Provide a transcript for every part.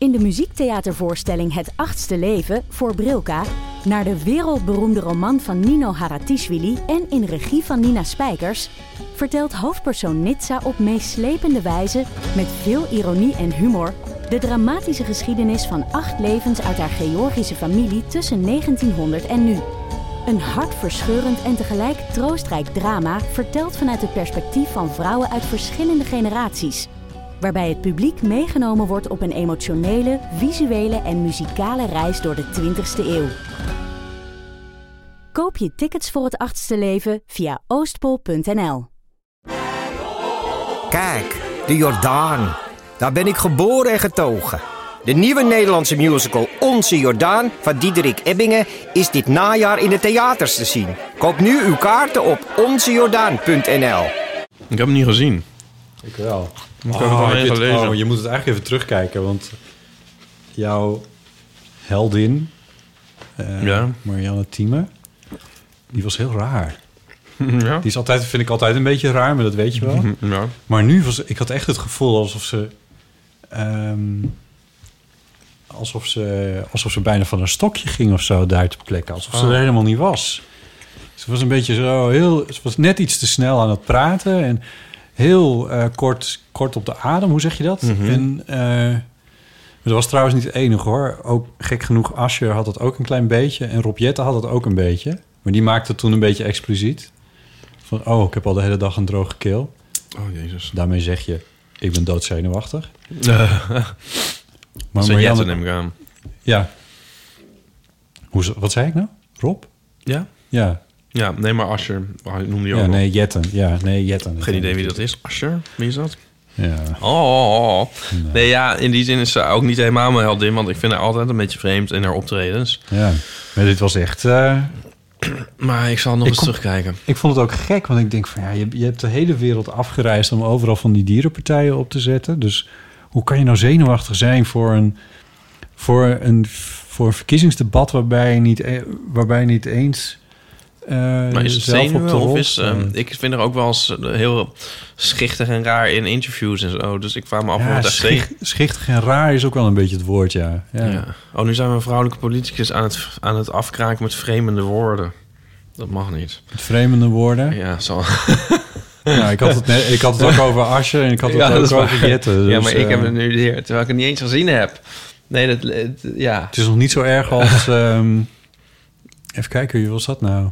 in de muziektheatervoorstelling Het Achtste Leven voor Brilka naar de wereldberoemde roman van Nino Haratischvili en in regie van Nina Spijkers, vertelt hoofdpersoon Nitsa op meeslepende wijze, met veel ironie en humor, de dramatische geschiedenis van 8 levens uit haar Georgische familie tussen 1900 en nu. Een hartverscheurend en tegelijk troostrijk drama verteld vanuit het perspectief van vrouwen uit verschillende generaties, waarbij het publiek meegenomen wordt op een emotionele, visuele en muzikale reis door de 20e eeuw. Koop je tickets voor Het Achtste Leven via oostpol.nl. Kijk, de Jordaan. Daar ben ik geboren en getogen. De nieuwe Nederlandse musical Onze Jordaan van Diederik Ebbingen is dit najaar in de theaters te zien. Koop nu uw kaarten op onzejordaan.nl. Ik heb hem niet gezien. Ik wel. Ik heb het alleen gelezen. Je moet het eigenlijk even terugkijken, want jouw heldin, Marianne Thieme, die was heel raar. Ja. Die is altijd, vind ik altijd een beetje raar, maar dat weet je wel. Ja. Maar nu ik had echt het gevoel alsof ze bijna van een stokje ging of zo daar te plekken. Alsof ze er helemaal niet was. Ze was een beetje ze was net iets te snel aan het praten en heel kort op de adem. Hoe zeg je dat? En dat was trouwens niet het enige hoor. Ook gek genoeg, Ascher had dat ook een klein beetje en Rob Jetten had dat ook een beetje. Maar die maakte het toen een beetje expliciet. Van, ik heb al de hele dag een droge keel. Oh, jezus. Daarmee zeg je, ik ben doodzenuwachtig. Maar Marianne neem ik aan. Ja. Wat zei ik nou? Rob? Ja? Ja. Ja, nee, maar Ascher. Noem die ook. Ja, nee, Jetten. Ja, nee, Jetten. Geen idee wie dat is. Ascher? Wie is dat? Ja. Nee, ja, in die zin is ze ook niet helemaal mijn heldin, want ik vind haar altijd een beetje vreemd in haar optredens. Ja, maar dit was echt... Maar ik zal nog eens terugkijken. Ik vond het ook gek, want ik denk van ja, je hebt de hele wereld afgereisd om overal van die dierenpartijen op te zetten. Dus hoe kan je nou zenuwachtig zijn voor een verkiezingsdebat waarbij je niet eens... maar is het zenuwen of is... ik vind er ook wel eens heel schichtig en raar in interviews en zo. Dus ik vraag me af of het echt schichtig en raar is ook wel een beetje het woord, ja. Oh, nu zijn we een vrouwelijke politicus aan het afkraken met vreemde woorden. Dat mag niet. Met vreemde woorden? Ja, zo. Ja, ik had het ook over Asje en ik had het ook over Jetten. Dus, ja, maar ik heb het nu weer, terwijl ik het niet eens gezien heb. Nee, Het is nog niet zo erg als... even kijken, wie was dat nou?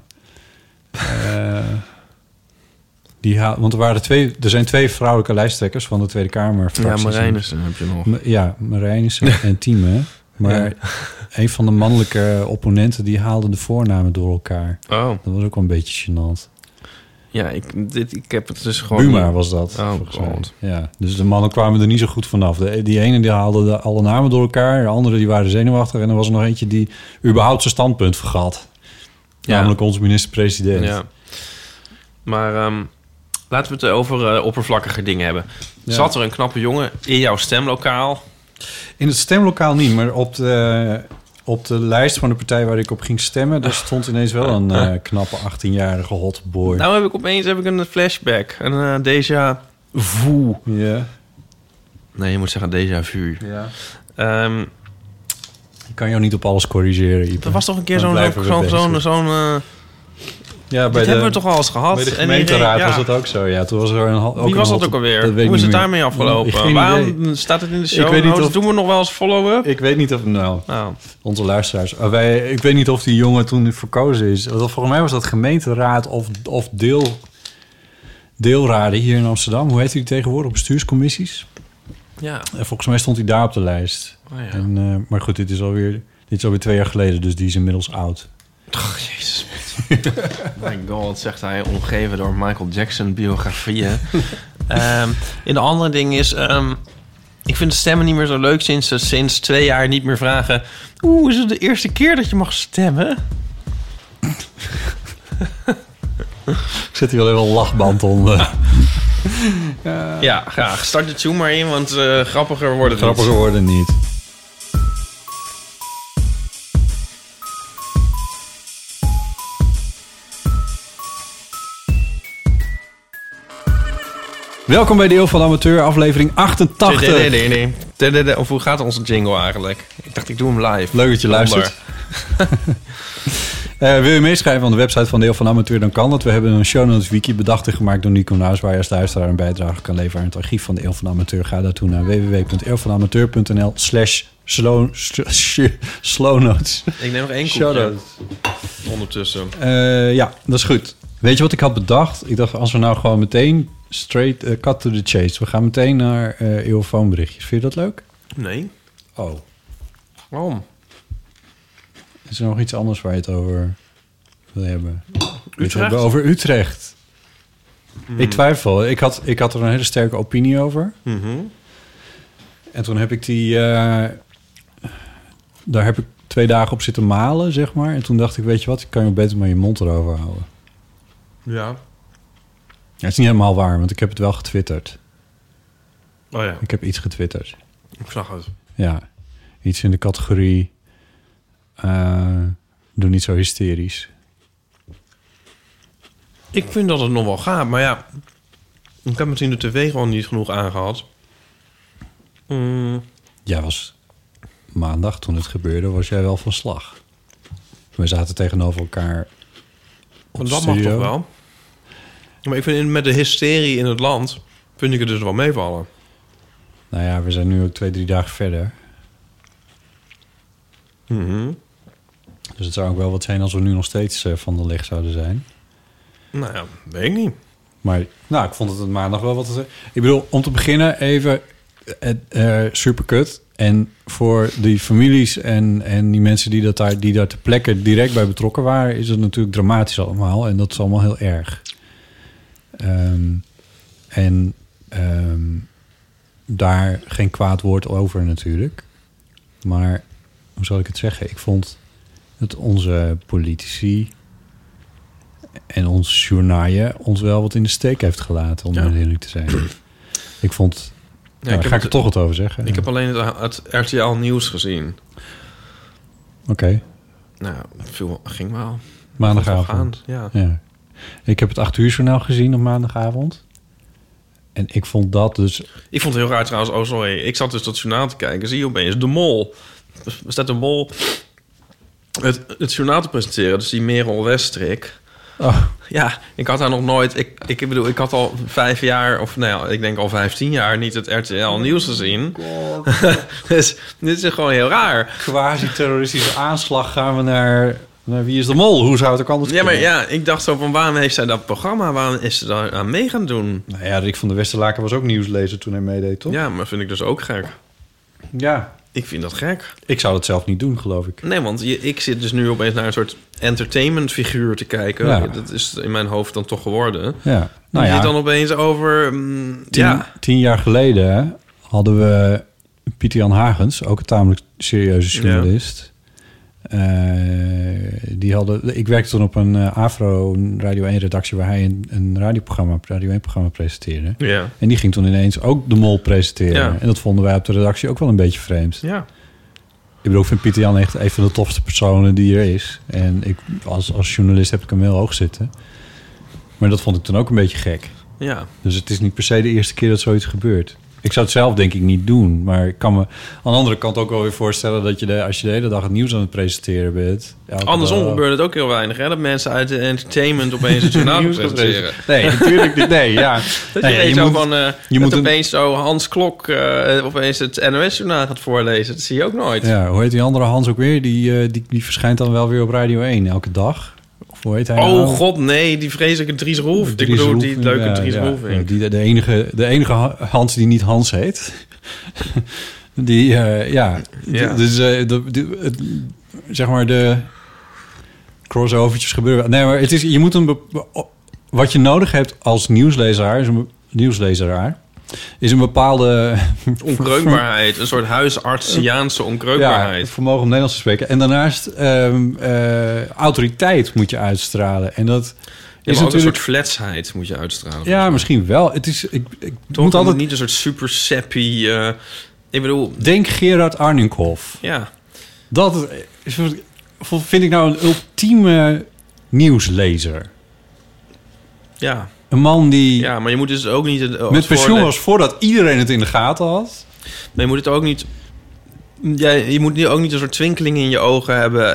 Want er zijn 2 vrouwelijke lijsttrekkers van de Tweede Kamer. Ja, Marijnissen heb je nog. Ja, Marijnissen en Thieme. Maar een van de mannelijke opponenten die haalde de voornamen door elkaar. Oh. Dat was ook wel een beetje gênant. Ja, ik heb het dus gewoon... Buma was dat. Oh, god. Ja, dus de mannen kwamen er niet zo goed vanaf. Die ene die haalde alle namen door elkaar. De andere die waren zenuwachtig. En er was er nog eentje die überhaupt zijn standpunt vergat. Ja. Namelijk onze minister-president. Ja. Maar laten we het over oppervlakkige dingen hebben. Ja. Zat er een knappe jongen in jouw stemlokaal? In het stemlokaal niet, maar op de lijst van de partij waar ik op ging stemmen... daar stond ineens wel een knappe 18-jarige hotboy. Nou heb ik een flashback. Een déjà vu. Ja. Nee, je moet zeggen déjà vu. Ja. Ik kan jou niet op alles corrigeren, Ipe. Er was toch een keer zo'n ja, dit hebben we toch al eens gehad. Bij de gemeenteraad was dat ook zo. Ja, toen was er wie was dat ook alweer? Hoe is het daarmee afgelopen? Waarom staat het in de show? Ik weet niet doen we nog wel eens follow-up? Ik weet niet of... onze luisteraars... ik weet niet of die jongen toen verkozen is. Volgens mij was dat gemeenteraad of deelraden hier in Amsterdam. Hoe heet die tegenwoordig? Bestuurscommissies? Ja. En volgens mij stond hij daar op de lijst. Oh, ja. En, maar goed, dit is alweer 2 jaar geleden. Dus die is inmiddels oud. Oh, jezus. My god, zegt hij, omgeven door Michael Jackson biografieën. In de andere ding is... ik vind de stemmen niet meer zo leuk sinds 2 jaar niet meer vragen... is het de eerste keer dat je mag stemmen? Ik zet hier wel even een lachband onder. Ja, graag. Start de tune maar in, want grappiger worden het Grappiger worden niet. Welkom bij Deel van de Amateur, aflevering 88. Of hoe gaat onze jingle eigenlijk? Ik dacht, ik doe hem live. Leuk dat je luistert. Wil je meeschrijven aan de website van Deel van Amateur, dan kan dat. We hebben een show notes wiki bedacht en gemaakt door Nico Nuis, waar je als luisteraar een bijdrage kan leveren aan het archief van de Eeuw van Amateur. Ga daartoe naar www.eeuwvanamateur.nl/slownotes. Ik neem nog 1 koekje ondertussen. Ja, dat is goed. Weet je wat ik had bedacht? Ik dacht, als we nou gewoon meteen straight cut to the chase. We gaan meteen naar eeuwfoonberichtjes. Vind je dat leuk? Nee. Oh. Waarom? Is er nog iets anders waar je het over wil hebben? Utrecht? Hebben over Utrecht. Ik twijfel. Ik had er een hele sterke opinie over. En toen heb ik daar heb ik 2 dagen op zitten malen, zeg maar. En toen dacht ik, weet je wat? Ik kan je beter maar je mond erover houden. Ja. Het is niet helemaal waar, want ik heb het wel getwitterd. Oh ja. Ik heb iets getwitterd. Ik zag het. Ja. Iets in de categorie... doe niet zo hysterisch. Ik vind dat het nog wel gaat, maar ja... Ik heb misschien de tv gewoon niet genoeg aangehad. Jij was... Maandag, toen het gebeurde, was jij wel van slag. We zaten tegenover elkaar op Maar dat studio. mag toch wel? Maar ik vind met de hysterie in het land... vind ik het dus wel meevallen. Nou ja, we zijn nu ook 2-3 dagen verder. Dus het zou ook wel wat zijn als we nu nog steeds van de leg zouden zijn. Nou ja, weet ik niet. Maar nou, ik vond het een maandag wel wat... Ik bedoel, om te beginnen even super kut. En voor die families en die mensen die daar ter plekke direct bij betrokken waren... is het natuurlijk dramatisch allemaal. En dat is allemaal heel erg. Daar geen kwaad woord over natuurlijk. Maar, hoe zal ik het zeggen? Ik vond dat onze politici en ons journaaien ons wel wat in de steek heeft gelaten, om heel eerlijk te zijn. Ik vond... Ja, daar ga ik er toch wat over zeggen. Ik heb alleen het RTL Nieuws gezien. Oké. Nou, veel ging wel. Maandagavond. Ja. Ik heb het 8 uur journaal gezien op maandagavond. En ik vond dat dus... Ik vond het heel raar trouwens. Oh, sorry. Ik zat dus dat journaal te kijken. Zie je opeens de Mol. Er staat de Mol het journaal te presenteren. Dus die Merel Westrik. Oh. Ja, ik had haar nog nooit... Ik bedoel, ik had al 5 jaar... of nou ja, ik denk al 15 jaar niet het RTL Nieuws gezien. Dus dit is gewoon heel raar. Quasi-terroristische aanslag gaan we naar Wie is de Mol? Hoe zou het ook anders kunnen? Maar ja, ik dacht zo van... waarom heeft zij dat programma? Waarom is ze daar aan mee gaan doen? Nou ja, Rick van der Westerlaken was ook nieuwslezer toen hij meedeed, toch? Ja, maar vind ik dus ook gek. Ja. Ik vind dat gek. Ik zou dat zelf niet doen, geloof ik. Nee, want ik zit dus nu opeens naar een soort entertainment-figuur te kijken. Ja. Dat is in mijn hoofd dan toch geworden. Ja. Nou je zit dan opeens over... 10 jaar geleden hadden we Pieter-Jan Hagens, ook een tamelijk serieuze journalist. Ik werkte toen op een Afro Radio 1 redactie waar hij een Radio 1 programma presenteerde. Ja. En die ging toen ineens ook de Mol presenteren. Ja. En dat vonden wij op de redactie ook wel een beetje vreemd. Ja. Ik bedoel, ik vind Pieter-Jan echt een van de tofste personen die er is. En als journalist heb ik hem heel hoog zitten. Maar dat vond ik toen ook een beetje gek. Ja. Dus het is niet per se de eerste keer dat zoiets gebeurt. Ik zou het zelf denk ik niet doen. Maar ik kan me aan de andere kant ook wel weer voorstellen... dat als je de hele dag het nieuws aan het presenteren bent... Andersom gebeurt het ook heel weinig, hè? Dat mensen uit de entertainment opeens het journaal presenteren. Nee, natuurlijk niet. Nee, ja. Dat Nee, je zo van... je moet opeens zo Hans Klok opeens het NOS-journaal gaat voorlezen. Dat zie je ook nooit. Ja, hoe heet die andere Hans ook weer? Die verschijnt dan wel weer op Radio 1 elke dag. Of hoe heet hij nou? Oh god, nee. Die vreselijke Dries Roelvink. Ik bedoel, die leuke Dries Roelvink. De enige Hans die niet Hans heet. Dus zeg maar de crossovertjes gebeuren. Nee, maar het is, je moet wat je nodig hebt als nieuwslezer is een bepaalde... onkreukbaarheid. Een soort huisartsiaanse onkreukbaarheid. Ja, vermogen om Nederlands te spreken. En daarnaast autoriteit moet je uitstralen. En dat is natuurlijk... een soort fletsheid moet je uitstralen. Ja, misschien wel. Het is... Ik moet altijd niet een soort super sappy... ik bedoel... Denk Gerard Arninghoff. Ja. Dat vind ik nou een ultieme nieuwslezer. Ja. Een man die... Ja, maar je moet dus ook niet... met pensioen was voordat iedereen het in de gaten had. Maar je moet het ook niet... je moet nu ook niet een soort twinkeling in je ogen hebben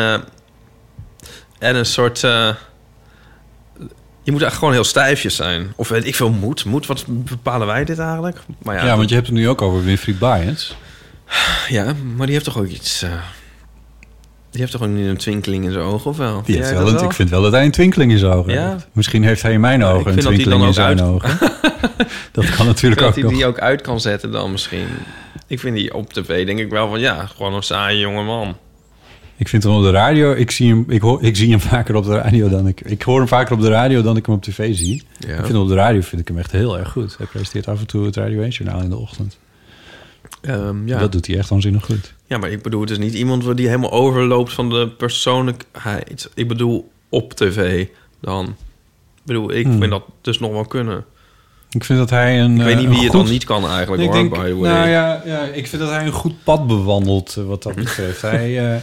en een soort... je moet echt gewoon heel stijfjes zijn. Of weet ik veel, moed. Wat bepalen wij dit eigenlijk? Maar ja, want je hebt het nu ook over Winfried Bajens. Ja, maar die heeft toch ook iets... die heeft toch ook niet een twinkeling in zijn ogen, of wel? Die heeft wel ik vind wel dat hij een twinkeling in zijn ogen heeft. Misschien heeft hij in mijn ogen een twinkeling in zijn ogen. Dat kan natuurlijk ook dat hij die ook uit kan zetten dan misschien. Ik vind die op tv denk ik wel van... ja, gewoon een saaie jonge man. Ik vind hem op de radio... Ik zie hem vaker op de radio dan ik hoor hem vaker op de radio dan ik hem op tv zie. Ja. Ik vind hem op de radio hem echt heel erg goed. Hij presenteert af en toe het Radio 1-journaal in de ochtend. Ja. Dat doet hij echt waanzinnig goed. Ja, maar ik bedoel, het is niet iemand die helemaal overloopt van de persoonlijkheid. Ik bedoel, op tv dan. Ik bedoel, ik vind dat dus nog wel kunnen. Ik vind dat hij een... Ik weet niet wie het dan niet kan eigenlijk, hoor, by the way. Nou ja, ik vind dat hij een goed pad bewandelt, wat dat betreft. Hij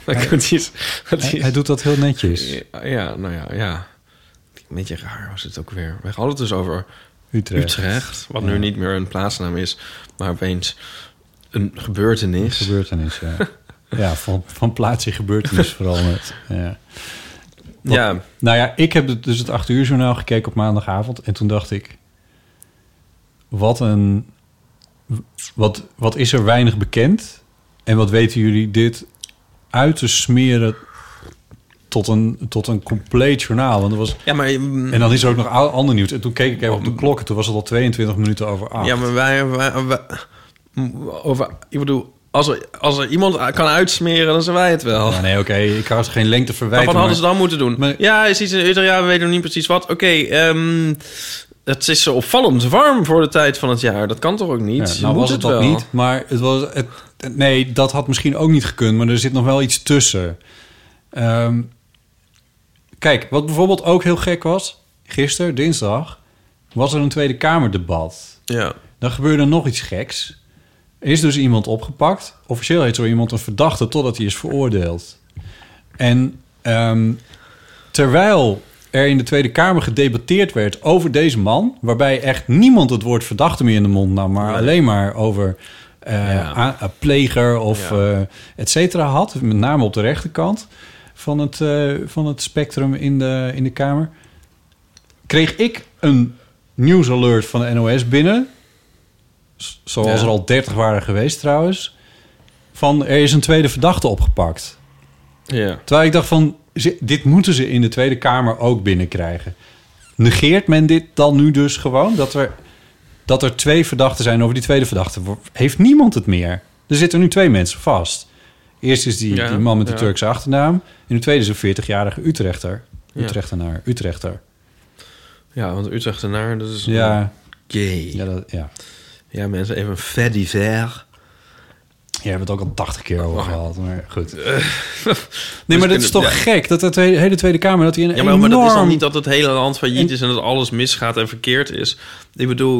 doet dat heel netjes. Ja, nou ja. Een beetje raar was het ook weer. We hadden het dus over Utrecht, wat nu niet meer een plaatsnaam is, maar opeens een gebeurtenis. Een gebeurtenis, ja. Ja, van plaats in gebeurtenis vooral met. Ja. Nou ja, ik heb dus het 8 uur journaal gekeken op maandagavond en toen dacht ik... Wat is er weinig bekend? En wat weten jullie dit uit te smeren tot een compleet journaal? Want er was, en dan is er ook nog ander nieuws. En toen keek ik even op de klok en toen was het al 22 minuten over 8. Ja, maar wij ik bedoel, als er iemand kan uitsmeren, dan zijn wij het wel. Ja, nee, oké. Ik had geen lengte verwijten. Maar wat hadden ze dan moeten doen? Is iets in Utrecht, we weten nog niet precies wat. Het is zo opvallend warm voor de tijd van het jaar. Dat kan toch ook niet? Ja, nou was het dat niet, maar het was... Nee, dat had misschien ook niet gekund, maar er zit nog wel iets tussen. Kijk, wat bijvoorbeeld ook heel gek was... Gisteren, dinsdag, was er een Tweede Kamerdebat. Ja. Dan gebeurde nog iets geks. Er is dus iemand opgepakt. Officieel heet zo iemand een verdachte totdat hij is veroordeeld. En terwijl... er in de Tweede Kamer gedebatteerd werd over deze man... waarbij echt niemand het woord verdachte meer in de mond nam... maar alleen maar over pleger of et cetera had. Met name op de rechterkant van het spectrum in de Kamer. Kreeg ik een nieuwsalert van de NOS binnen... zoals er al 30 waren geweest trouwens... van er is een tweede verdachte opgepakt. Ja. Terwijl ik dacht van... dit moeten ze in de Tweede Kamer ook binnenkrijgen. Negeert men dit dan nu dus gewoon? Dat er 2 verdachten zijn over die tweede verdachte. Heeft niemand het meer? Er zitten nu 2 mensen vast. Eerst is die man met de Turkse achternaam. En de tweede is een 40-jarige Utrechter. Utrechter. Ja, want Utrechtenaar, dat is gay. Ja, mensen, even een fait divers. Ja, we hebben het ook al 80 keer over gehad, maar goed. Nee, maar dat is toch gek, dat de hele Tweede Kamer... dat hij een enorm... maar dat is dan niet dat het hele land failliet is... en dat alles misgaat en verkeerd is. Ik bedoel,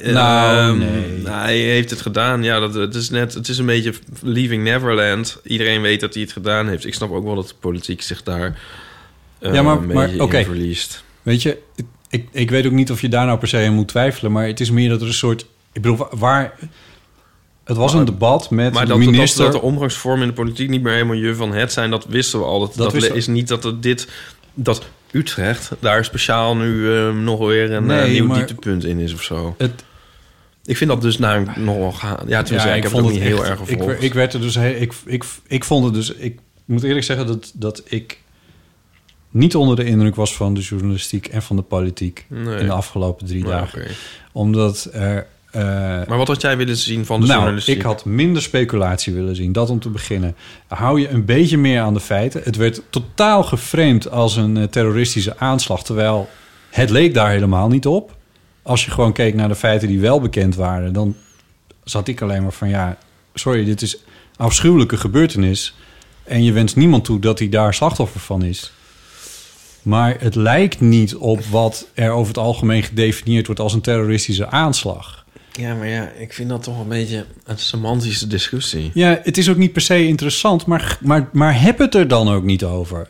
nee. Hij heeft het gedaan. Ja, het is een beetje Leaving Neverland. Iedereen weet dat hij het gedaan heeft. Ik snap ook wel dat de politiek zich daar een beetje in verliest. Weet je, ik weet ook niet of je daar nou per se aan moet twijfelen... maar het is meer dat er een soort... Ik bedoel, waar... Het was een debat met de minister... Maar dat de omgangsvormen in de politiek niet meer helemaal je van het zijn... dat wisten we al. Dat is niet dat Utrecht daar speciaal nu nog weer een nieuw dieptepunt in is of zo. Ik vind dat dus nog wel gaan. Ja, ik heb het ook niet heel erg gevolgd. Ik werd er dus... Ik vond het dus... Ik moet eerlijk zeggen dat ik niet onder de indruk was van de journalistiek... en van de politiek in de afgelopen 3 dagen. Okay. Omdat er... maar wat had jij willen zien van de journalistiek? Ik had minder speculatie willen zien. Dat om te beginnen. Hou je een beetje meer aan de feiten. Het werd totaal geframed als een terroristische aanslag... terwijl het leek daar helemaal niet op. Als je gewoon keek naar de feiten die wel bekend waren... dan zat ik alleen maar van... sorry, dit is een afschuwelijke gebeurtenis... en je wenst niemand toe dat hij daar slachtoffer van is... Maar het lijkt niet op wat er over het algemeen gedefinieerd wordt... als een terroristische aanslag. Ja, maar ik vind dat toch een beetje een semantische discussie. Ja, het is ook niet per se interessant, maar heb het er dan ook niet over?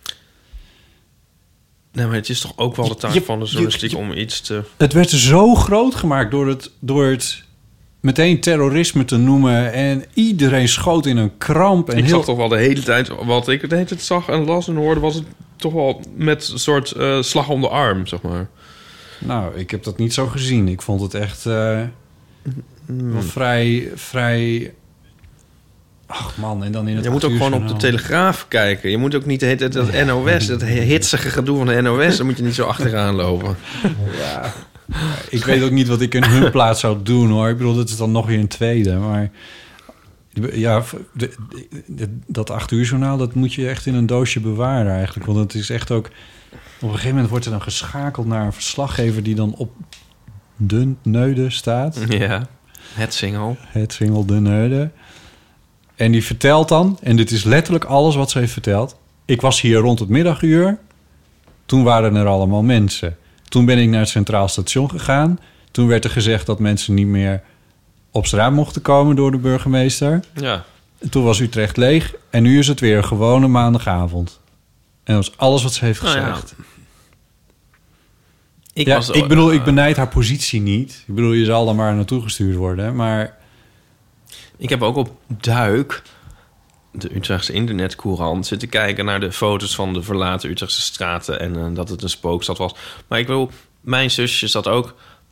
Nee, maar het is toch ook wel de taak van de journalistiek om iets te... Het werd zo groot gemaakt door het meteen terrorisme te noemen. En iedereen schoot in een kramp. En Ik zag toch wel de hele tijd... Wat ik de hele tijd zag en las en hoorde... was het toch wel met een soort slag om de arm, zeg maar. Nou, ik heb dat niet zo gezien. Ik vond het echt wel vrij... Ach man, en dan in het... Je moet ook gewoon op de Telegraaf kijken. Je moet ook niet de hele tijd dat NOS... dat hitsige gedoe van de NOS... daar moet je niet zo achteraan lopen. Ja, ik weet ook niet wat ik in hun plaats zou doen, hoor. Ik bedoel, dat is dan nog weer een tweede. Maar ja, dat 8 uur journaal... dat moet je echt in een doosje bewaren eigenlijk. Want het is echt ook... Op een gegeven moment wordt er dan geschakeld naar een verslaggever... die dan op de Neude staat. Ja, het single de Neude. En die vertelt dan... en dit is letterlijk alles wat ze heeft verteld... ik was hier rond het middaguur... toen waren er allemaal mensen... Toen ben ik naar het Centraal Station gegaan. Toen werd er gezegd dat mensen niet meer op straat mochten komen door de burgemeester. Ja. En toen was Utrecht leeg. En nu is het weer een gewone maandagavond. En dat was alles wat ze heeft gezegd. Ja. Ik benijd haar positie niet. Ik bedoel, je zal er maar naartoe gestuurd worden. Maar ik heb ook op Duik... de Utrechtse internetcourant zitten kijken naar de foto's van de verlaten Utrechtse straten en dat het een spookstad was. Maar ik wil, mijn zusje zat ook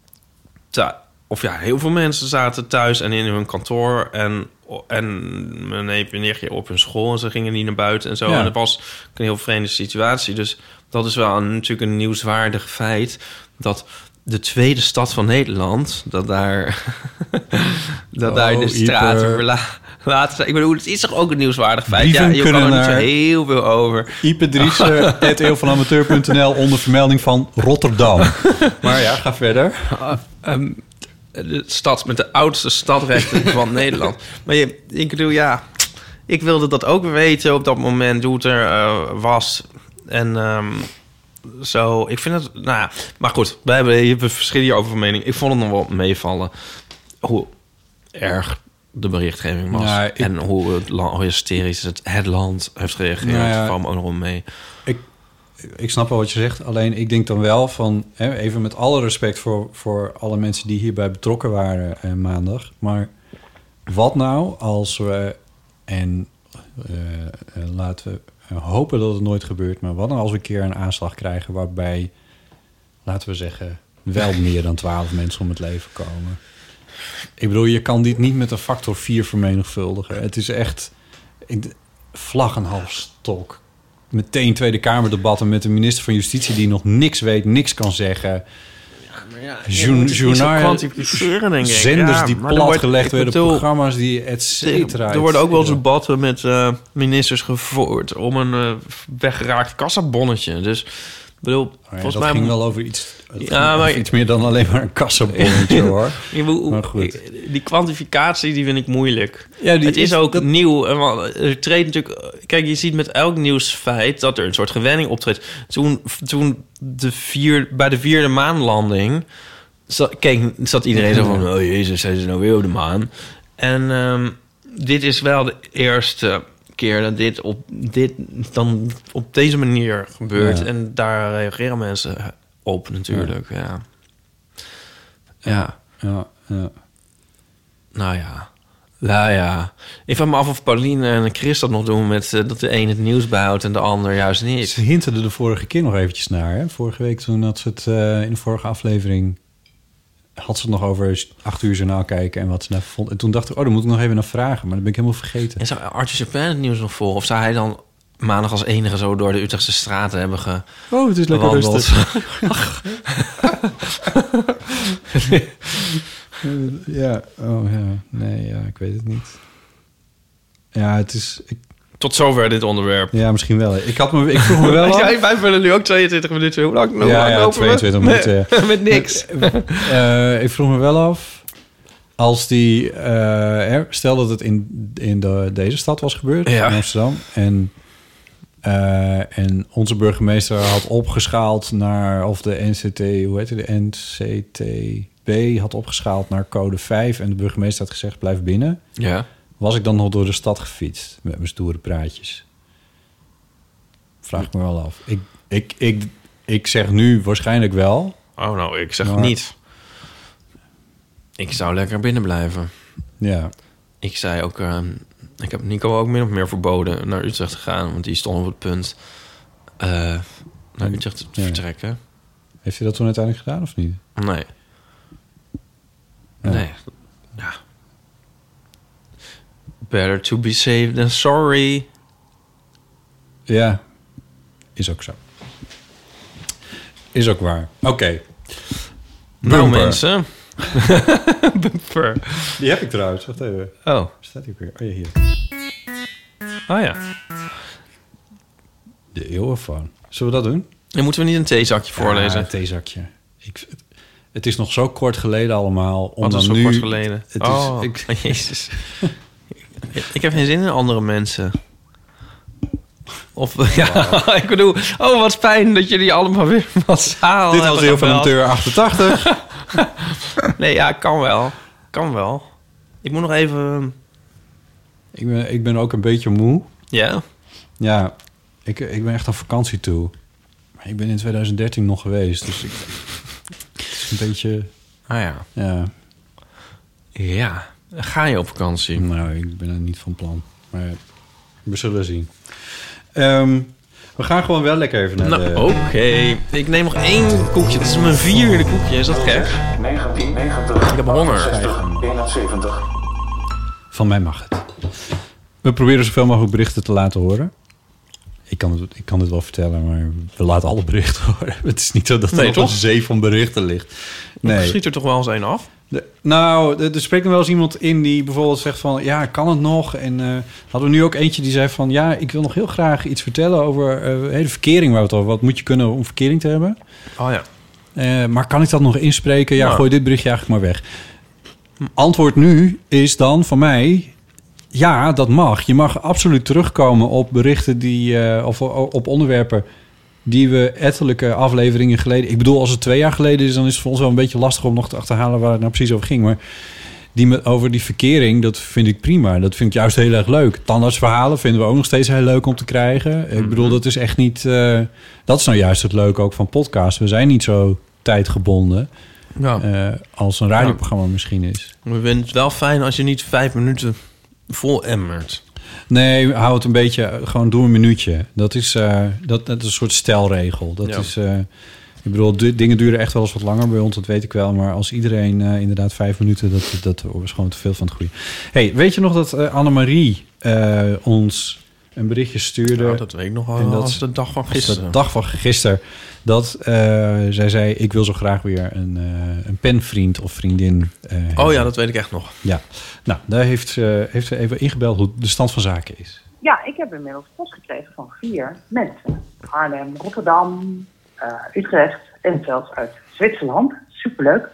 heel veel mensen zaten thuis en in hun kantoor en mijn neef en nichtje op hun school en ze gingen niet naar buiten en zo. Ja. En het was een heel vreemde situatie. Dus dat is wel natuurlijk een nieuwswaardig feit dat de tweede stad van Nederland, dat daar de straten verlaten zijn. Ik bedoel, het is toch ook een nieuwswaardig feit? Brieven Ja, je kan er niet zo heel veel over. Ipe Driessen, @eeuwvanamateur.nl onder vermelding van Rotterdam. Maar ja, ga verder. De stad met de oudste stadrechten van Nederland. Maar ik bedoel, ja, ik wilde dat ook weten op dat moment, hoe het er was. En zo, ik vind het... Nou ja, maar goed, je hebt verschillen hierover van mening. Ik vond het nog wel meevallen hoe erg de berichtgeving was. Nou, en hoe hysterisch het land heeft gereageerd. Nou ja, kwam ook nog wel mee. Ik snap wel wat je zegt. Alleen ik denk dan wel van... even met alle respect voor alle mensen die hierbij betrokken waren maandag. Maar wat nou als we... en laten we hopen dat het nooit gebeurt... maar wat nou als we een keer een aanslag krijgen... waarbij, laten we zeggen... wel meer dan 12 mensen om het leven komen. Ik bedoel, je kan dit niet met een factor 4 vermenigvuldigen. Het is echt... vlag en half stok. Meteen Tweede Kamerdebatten met de minister van Justitie... die nog niks weet, niks kan zeggen. Kwantificeren, denk ik. Zenders die platgelegd werden, programma's die et cetera. Er worden ook wel eens debatten met ministers gevoerd... om een weggeraakt kassabonnetje. Dus... bedoel, volgens dat mij ging wel over iets, iets meer dan alleen maar een kassabonnetje, hoor. Maar goed. Die kwantificatie, die vind ik moeilijk. Ja, het is ook nieuw. Er treedt natuurlijk... Kijk, je ziet met elk nieuwsfeit dat er een soort gewenning optreedt. Toen bij de 4e maanlanding... zat iedereen zo van... oh jezus, zijn ze nou weer op de maan? En dit is wel de eerste... keer dat dit dan op deze manier gebeurt. Ja. En daar reageren mensen op natuurlijk. Ja. Nou ja. Ik vraag me af of Pauline en Chris dat nog doen... met dat de een het nieuws bijhoudt en de ander juist niet. Ze hinten er de vorige keer nog eventjes naar. Hè? Vorige week toen had ze het in de vorige aflevering... had ze het nog over 8 uur journaal kijken en wat ze daarvan vond. En toen dacht ik, daar moet ik nog even naar vragen. Maar dat ben ik helemaal vergeten. En zou Arthur Chapin het nieuws nog volgen? Of zou hij dan maandag als enige zo door de Utrechtse straten hebben Oh, het is lekker rustig. Ik weet het niet. Ja, het is... Tot zover dit onderwerp. Ja, misschien wel. Ik vroeg me wel af... Wij vullen nu ook 22 minuten. Hoe lang lopen 22 minuten. Met niks. Ik vroeg me wel af... als die... stel dat het in deze stad was gebeurd, in Amsterdam... en onze burgemeester had opgeschaald naar... of de NCT... hoe heet het? De NCTB had opgeschaald naar code 5... en de burgemeester had gezegd, blijf binnen... Ja. Was ik dan nog door de stad gefietst met mijn stoere praatjes? Vraag ik me wel af. Ik zeg nu waarschijnlijk wel. Oh, nou, ik zeg niet. Ik zou lekker binnen blijven. Ja. Ik zei ook... ik heb Nico ook min of meer verboden naar Utrecht te gaan. Want die stond op het punt naar Utrecht te vertrekken. Heeft hij dat toen uiteindelijk gedaan of niet? Nee. Ja. Nee. Ja. Better to be safe than sorry. Ja. Is ook zo. Is ook waar. Oké. Nou Bumper. mensen. Bumper. Die heb ik trouwens. Wacht even. Oh. Waar staat die ook weer? Oh ja, hier. Oh ja. De eeuwenfoon. Zullen we dat doen? Dan moeten we niet een theezakje voorlezen. Ja, een theezakje. Het is nog zo kort geleden allemaal. Wat was zo kort geleden? Jezus. Ik heb geen zin in andere mensen. Of ja, ik bedoel... Oh, wat fijn dat jullie allemaal weer massaal Dit was heel van amateur 88. Nee, ja, kan wel. Kan wel. Ik moet nog even... Ik ben ook een beetje moe. Ja? Ja, ik ben echt op vakantie toe. Maar ik ben in 2013 nog geweest. Dus het is een beetje... Ah ja. Ja. Ja. Ga je op vakantie? Nou, ik ben er niet van plan. Maar we zullen zien. We gaan gewoon wel lekker even naar de... Oké. Ik neem nog 1 koekje. Het is mijn 4e koekje. Is dat gek? 1990. Ik heb honger. 71. Van mij mag het. We proberen zoveel mogelijk berichten te laten horen. Ik kan het wel vertellen, maar we laten alle berichten horen. Het is niet zo dat er nog een zee van berichten ligt. Nee. Schiet er toch wel eens een af? Er spreekt nog wel eens iemand in die bijvoorbeeld zegt van... ja, kan het nog? En hadden we nu ook eentje die zei van... ja, ik wil nog heel graag iets vertellen over de verkering. Waar we het over. Wat moet je kunnen om verkering te hebben? Oh ja. Maar kan ik dat nog inspreken? Ja, gooi dit berichtje eigenlijk maar weg. Antwoord nu is dan van mij... ja, dat mag. Je mag absoluut terugkomen op berichten die... of op onderwerpen... die we ettelijke afleveringen geleden... Ik bedoel, als het 2 jaar geleden is... dan is het voor ons wel een beetje lastig om nog te achterhalen... waar het nou precies over ging. Maar over die verkering, dat vind ik prima. Dat vind ik juist heel erg leuk. Tandartsverhalen vinden we ook nog steeds heel leuk om te krijgen. Ik bedoel, dat is echt niet... dat is nou juist het leuke ook van podcasts. We zijn niet zo tijdgebonden... als een radioprogramma misschien is. We vinden het wel fijn als je niet 5 minuten vol emmert. Nee, hou het een beetje... gewoon doe een minuutje. Dat is een soort stelregel. Dat is... ik bedoel, dingen duren echt wel eens wat langer bij ons, dat weet ik wel. Maar als iedereen inderdaad 5 minuten... dat is gewoon te veel van het goede. Hey, weet je nog dat Annemarie ons een berichtje stuurde? Nou, dat weet ik nog wel. En Dat is de dag van gisteren. De dag van gisteren. Dat zij zei, ik wil zo graag weer een penvriend of vriendin Oh ja, dat weet ik echt nog. Ja, nou, daar heeft ze even ingebeld hoe de stand van zaken is. Ja, ik heb inmiddels post gekregen van 4 mensen. Arnhem, Rotterdam, Utrecht en zelfs uit Zwitserland. Superleuk.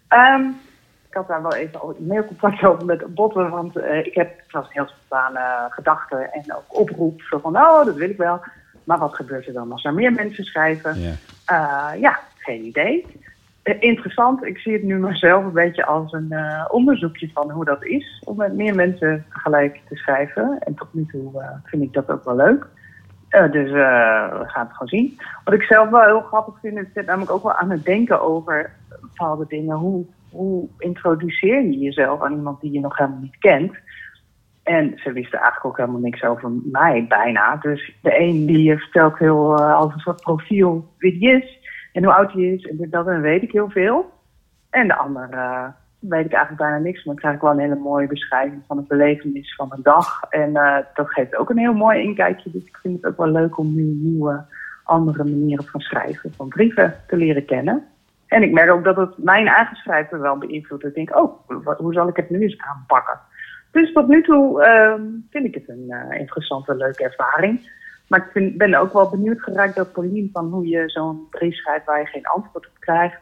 Ik had daar wel even mailcontact over met Botten, want het was een heel spontane gedachte en ook oproep. Zo van, dat wil ik wel. Maar wat gebeurt er dan als er meer mensen schrijven? Ja, geen idee. Interessant, ik zie het nu maar zelf een beetje als een onderzoekje van hoe dat is. Om met meer mensen tegelijk te schrijven. En tot nu toe vind ik dat ook wel leuk. Dus we gaan het gewoon zien. Wat ik zelf wel heel grappig vind, is het namelijk ook wel aan het denken over bepaalde dingen. Hoe introduceer je jezelf aan iemand die je nog helemaal niet kent? En ze wisten eigenlijk ook helemaal niks over mij, bijna. Dus de een die vertelt heel als een soort profiel wie die is en hoe oud hij is. En dat weet ik heel veel. En de ander weet ik eigenlijk bijna niks. Maar ik krijg wel een hele mooie beschrijving van het belevenis van een dag. En dat geeft ook een heel mooi inkijkje. Dus ik vind het ook wel leuk om nu nieuwe, andere manieren van schrijven, van brieven te leren kennen. En ik merk ook dat het mijn eigen schrijven wel beïnvloedt. Ik denk, hoe zal ik het nu eens aanpakken? Dus tot nu toe vind ik het een interessante, leuke ervaring. Maar ik ben ook wel benieuwd geraakt door Paulien van hoe je zo'n brief schrijft waar je geen antwoord op krijgt.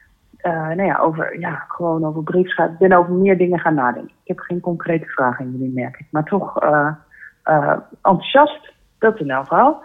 Gewoon over brief schrijven. Ik ben over meer dingen gaan nadenken. Ik heb geen concrete vragen in jullie, merk ik. Maar toch enthousiast, dat in elk geval.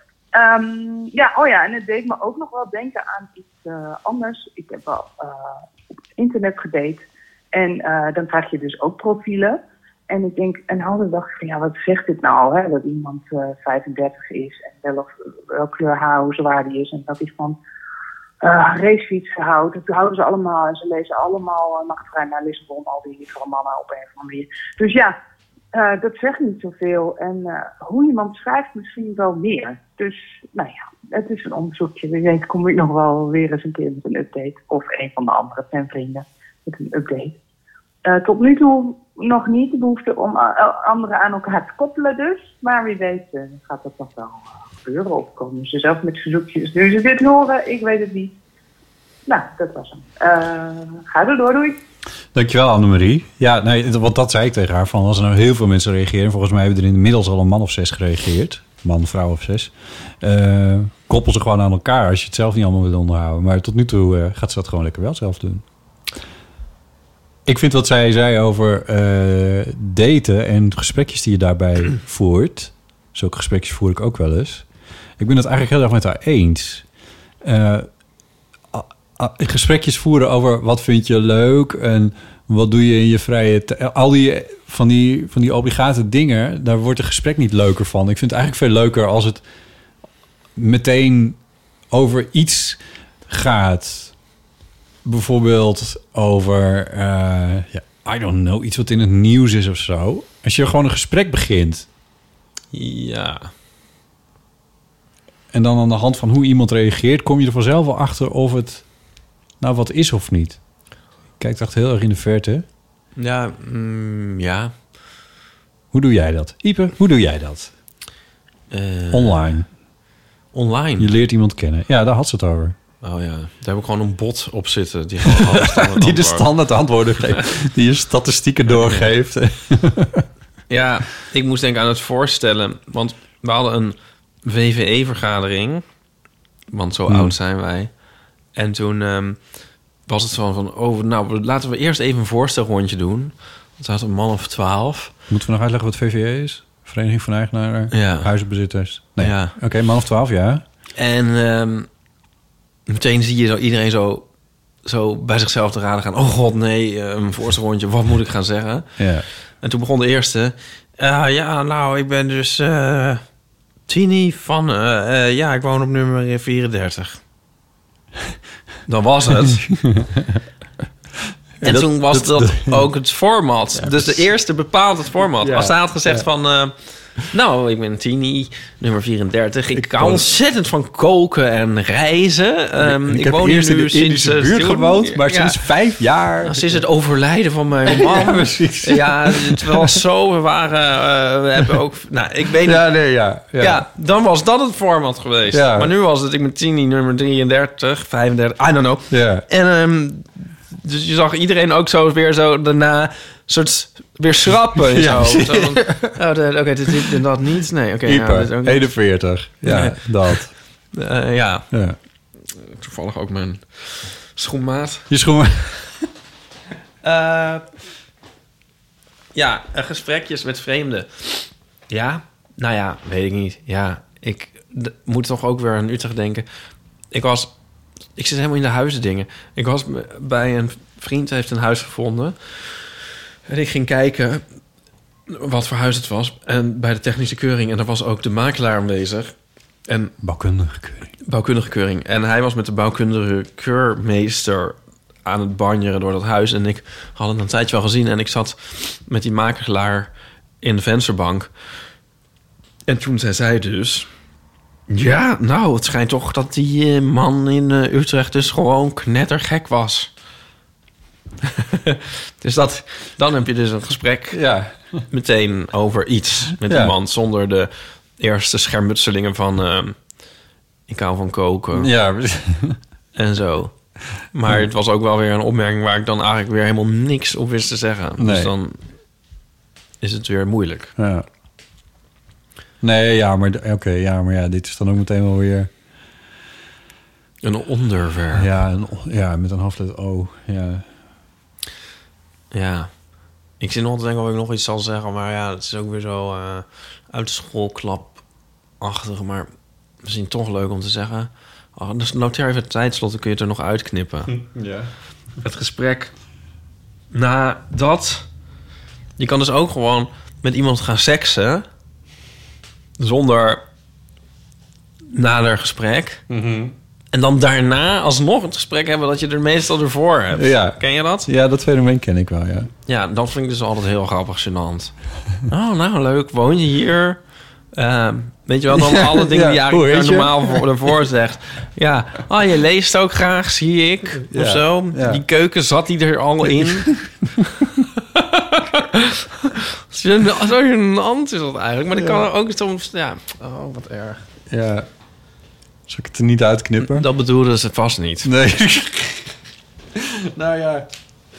En het deed me ook nog wel denken aan iets anders. Ik heb wel op het internet gedate. En dan krijg je dus ook profielen. En ik denk, een halve dag van, wat zegt dit nou, hè? Dat iemand 35 is en welke kleur haar, hoe zwaar die is. En dat hij van racefietsen houdt. Dat houden ze allemaal. En ze lezen allemaal Nachtvrij naar Lissabon. Al die mannen op een of andere manier. Dus ja, dat zegt niet zoveel. En hoe iemand schrijft misschien wel meer. Dus nou ja, het is een onderzoekje. Ik denk, kom ik nog wel weer eens een keer met een update. Of een van de andere fanvrienden met een update. Tot nu toe nog niet de behoefte om anderen aan elkaar te koppelen dus. Maar wie weet gaat dat nog wel gebeuren. Of komen ze zelf met verzoekjes. Nu ze dit horen, ik weet het niet. Nou, dat was hem. Ga er door, doei. Dankjewel, Annemarie. Ja, nee, want dat zei ik tegen haar. Van, als er nou heel veel mensen reageren... volgens mij hebben er inmiddels al een man of 6 gereageerd. Man, vrouw of 6. Koppel ze gewoon aan elkaar als je het zelf niet allemaal wil onderhouden. Maar tot nu toe gaat ze dat gewoon lekker wel zelf doen. Ik vind wat zij zei over daten en gesprekjes die je daarbij voert. Zulke gesprekjes voer ik ook wel eens. Ik ben het eigenlijk heel erg met haar eens. Gesprekjes voeren over wat vind je leuk en wat doe je in je vrije tijd. Al die van die obligate dingen, daar wordt een gesprek niet leuker van. Ik vind het eigenlijk veel leuker als het meteen over iets gaat. Bijvoorbeeld over, I don't know, iets wat in het nieuws is of zo. Als je gewoon een gesprek begint. Ja. En dan aan de hand van hoe iemand reageert, kom je er vanzelf wel achter of het nou wat is of niet. Kijk, echt heel erg in de verte. Ja, ja. Hoe doe jij dat? Ipe, hoe doe jij dat? Online. Online? Je leert iemand kennen. Ja, daar had ze het over. Oh ja, daar heb ik gewoon een bot op zitten. Die, gewoon die de standaard antwoorden geeft. Die je statistieken doorgeeft. Ja, ik moest denken aan het voorstellen. Want we hadden een VVE-vergadering. Want zo oud zijn wij. En toen was het van... Oh, nou, laten we eerst even een voorstelrondje doen. Er zaten een man of 12. Moeten we nog uitleggen wat VVE is? Vereniging van Eigenaren, Huizenbezitters. Nee. Ja. Oké, man of 12, ja. En meteen zie je iedereen zo bij zichzelf te raden gaan. Oh god, nee, een voorstelrondje. Wat moet ik gaan zeggen? Ja. En toen begon de eerste. Ja, nou, ik ben dus Tini van... ik woon op nummer 34. Dan was het. En toen was dat ook het format. Ja, dus de eerste bepaalt het format. Ja, als hij had gezegd van... nou, ik ben Tini, nummer 34. Ik hou ontzettend van koken en reizen. Ik woon hier nu sinds... de buurt gewoond, maar sinds 5 jaar. Sinds het overlijden van mijn man. Ja, precies. Ja, het was zo. We hebben ook... Nou, ik weet niet. Ja, dan was dat het format geweest. Ja. Maar nu was het, ik ben Tini, nummer 33, 35, I don't know. Ja. En... dus je zag iedereen ook zo weer zo daarna soort weer schrappen. Ja, oké, dit en dat niet. Nee, oké. Ja, 41. Ja, nee. Dat. Ja. Toevallig ook mijn schoenmaat. Je schoenmaat. Ja, gesprekjes met vreemden. Ja, nou ja, weet ik niet. Ja, ik moet toch ook weer aan Utrecht denken. Ik zit helemaal in de huizendingen. Ik was bij een vriend, heeft een huis gevonden. En ik ging kijken wat voor huis het was. En bij de technische keuring. En daar was ook de makelaar aanwezig. En bouwkundige keuring. En hij was met de bouwkundige keurmeester aan het banjeren door dat huis. En ik had het een tijdje wel gezien. En ik zat met die makelaar in de vensterbank. En toen zei zij dus... Ja, nou, het schijnt toch dat die man in Utrecht dus gewoon knettergek was. Dus dan heb je dus een gesprek meteen over iets met iemand... zonder de eerste schermutselingen van... ik hou van koken. Ja. En zo. Maar het was ook wel weer een opmerking... waar ik dan eigenlijk weer helemaal niks op wist te zeggen. Nee. Dus dan is het weer moeilijk. Ja. Nee, maar dit is dan ook meteen wel weer... Een onderwerp. Ja, met een hoofdletter O, ja. Ja. Ik zit nog te denken of ik nog iets zal zeggen... maar ja, het is ook weer zo uit de schoolklap-achtig... maar misschien toch leuk om te zeggen. Dus noteer even het tijdslot, dan kun je het er nog uitknippen. Ja. Het gesprek nadat... Je kan dus ook gewoon met iemand gaan seksen... zonder nader gesprek. Mm-hmm. En dan daarna alsnog het gesprek hebben dat je er meestal ervoor hebt. Ja. Ken je dat? Ja, dat fenomeen ken ik wel, ja. Ja, dat vind ik dus altijd heel grappig gênant. Oh, nou leuk. Woon je hier? Weet je wel, dan alle dingen die eigenlijk normaal ervoor zegt. Ja, oh, je leest ook graag, zie ik. Ja. Of zo. Ja. Die keuken zat die er al in. Zo gênant is dat eigenlijk. Maar dan kan er ook soms... Ja, oh, wat erg. Ja. Zal ik het er niet uitknippen? Dat bedoelden ze vast niet. Nee. Nou ja.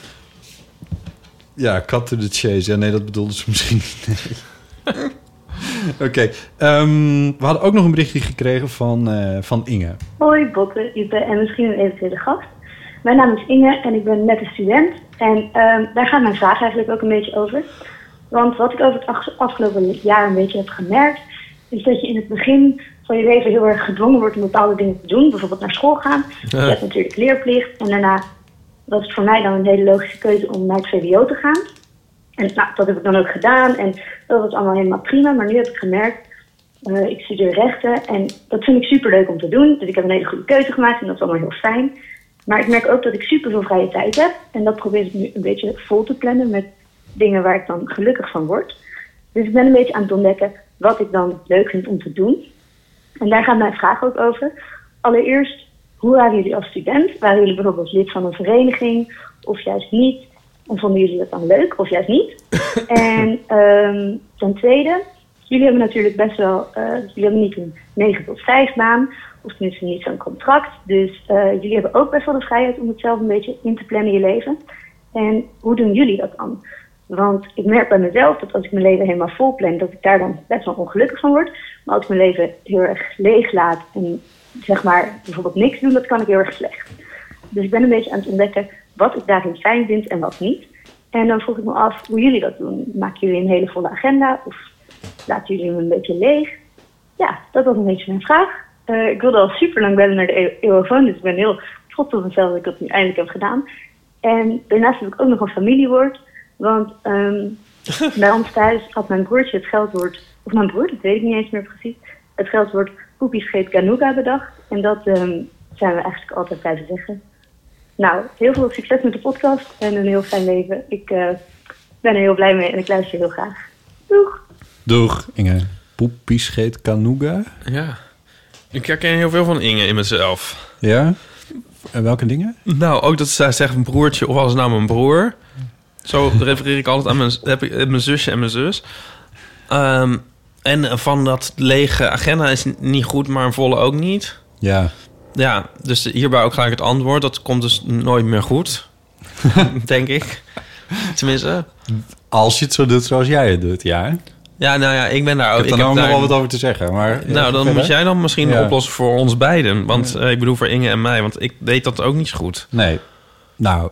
Ja, cut to the chase. Ja, nee, dat bedoelden ze misschien niet. Nee. Oké. We hadden ook nog een berichtje gekregen van Inge. Hoi Botte, Ipe en misschien een eventuele gast. Mijn naam is Inge en ik ben net een student. En daar gaat mijn vraag eigenlijk ook een beetje over. Want wat ik over het afgelopen jaar een beetje heb gemerkt... is dat je in het begin van je leven heel erg gedwongen wordt om bepaalde dingen te doen. Bijvoorbeeld naar school gaan. Je hebt natuurlijk leerplicht. En daarna was het voor mij dan een hele logische keuze om naar het VWO te gaan. En nou, dat heb ik dan ook gedaan. En dat was allemaal helemaal prima. Maar nu heb ik gemerkt, ik studeer rechten. En dat vind ik superleuk om te doen. Dus ik heb een hele goede keuze gemaakt en dat is allemaal heel fijn. Maar ik merk ook dat ik super veel vrije tijd heb. En dat probeer ik nu een beetje vol te plannen met dingen waar ik dan gelukkig van word. Dus ik ben een beetje aan het ontdekken wat ik dan leuk vind om te doen. En daar gaat mijn vraag ook over. Allereerst, hoe waren jullie als student? Waren jullie bijvoorbeeld lid van een vereniging of juist niet? En vonden jullie dat dan leuk of juist niet? En ten tweede, jullie hebben natuurlijk best wel... jullie hebben niet een 9-tot-5 baan, of tenminste niet zo'n contract. Dus jullie hebben ook best wel de vrijheid om het zelf een beetje in te plannen in je leven. En hoe doen jullie dat dan? Want ik merk bij mezelf dat als ik mijn leven helemaal vol plan, dat ik daar dan best wel ongelukkig van word. Maar als ik mijn leven heel erg leeg laat en zeg maar bijvoorbeeld niks doen, dat kan ik heel erg slecht. Dus ik ben een beetje aan het ontdekken wat ik daarin fijn vind en wat niet. En dan vroeg ik me af hoe jullie dat doen. Maken jullie een hele volle agenda of laten jullie hem een beetje leeg? Ja, dat was een beetje mijn vraag. Ik wilde al super lang bellen naar de Eeuwofoon, dus ik ben heel trots op mezelf dat ik dat nu eindelijk heb gedaan. En daarnaast heb ik ook nog een familiewoord. Want bij ons thuis had mijn broertje het scheldwoord, of mijn broer, dat weet ik niet eens meer precies, het scheldwoord poepie scheet ganuga bedacht. En dat zijn we eigenlijk altijd blijven zeggen. Nou, heel veel succes met de podcast en een heel fijn leven. Ik ben er heel blij mee en ik luister heel graag. Doeg! Doeg, Inge. Poepie scheet kanuga. Ja. Ik herken heel veel van Inge in mezelf. Ja? En welke dingen? Nou, ook dat zij zegt een broertje of als nou mijn broer. Zo refereer ik altijd aan mijn zusje en mijn zus. En van dat lege agenda is niet goed, maar een volle ook niet. Ja. Ja, dus hierbij ook gelijk het antwoord. Dat komt dus nooit meer goed, denk ik. Tenminste. Als je het zo doet zoals jij het doet, ja. Ja, nou ja, ik ben daar ook... Ik heb daar ook nog wel wat over te zeggen, maar... Nou, dan moet jij dan misschien oplossen voor ons beiden. Want ik bedoel voor Inge en mij, want ik deed dat ook niet zo goed. Nee. Nou...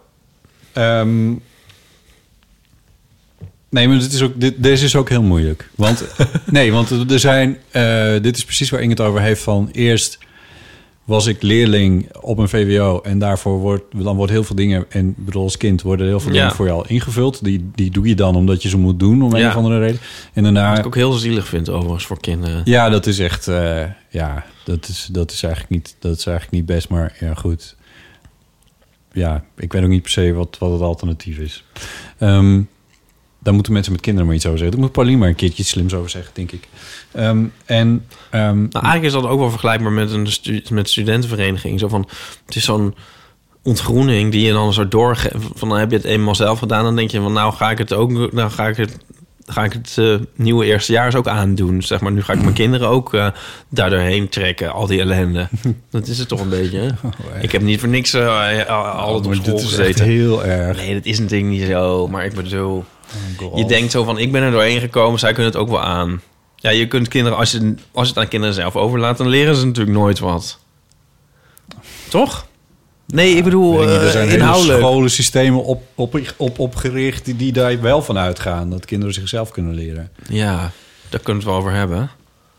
Nee, maar deze is ook heel moeilijk. Want, want er zijn... dit is precies waar Inge het over heeft van... Eerst was ik leerling op een VWO... en daarvoor wordt heel veel dingen... en bedoel, als kind worden heel veel dingen voor je al ingevuld. Die doe je dan omdat je ze moet doen... om een of andere reden. En daarna... Wat ik ook heel zielig vind overigens voor kinderen. Ja, dat is echt... dat is eigenlijk niet best, maar ja, goed. Ja, ik weet ook niet per se wat het alternatief is. Daar moeten mensen met kinderen maar iets over zeggen. Daar moet Pauline maar een keertje iets slims over zeggen, denk ik. Nou, eigenlijk is dat ook wel vergelijkbaar met studentenvereniging. Zo van, het is zo'n ontgroening die je dan zo doorgeeft. Van dan heb je het eenmaal zelf gedaan, dan denk je van nou ga ik het ook, dan ga ik het nieuwe eerstejaars ook aandoen. Zeg maar, nu ga ik mijn kinderen ook daar doorheen trekken, al die ellende. Dat is het toch een beetje. Hè? Ik heb niet voor niks altijd op school gezeten. Echt heel erg. Nee, dat is natuurlijk niet zo. Maar ik bedoel, je denkt zo van, ik ben er doorheen gekomen, zij kunnen het ook wel aan. Ja, je kunt kinderen, als je het aan kinderen zelf overlaat, dan leren ze natuurlijk nooit wat. Toch? Nee, ik bedoel, er zijn inhoudelijk. hele scholensystemen opgericht die daar wel van uitgaan. Dat kinderen zichzelf kunnen leren. Ja, daar kunnen we het wel over hebben.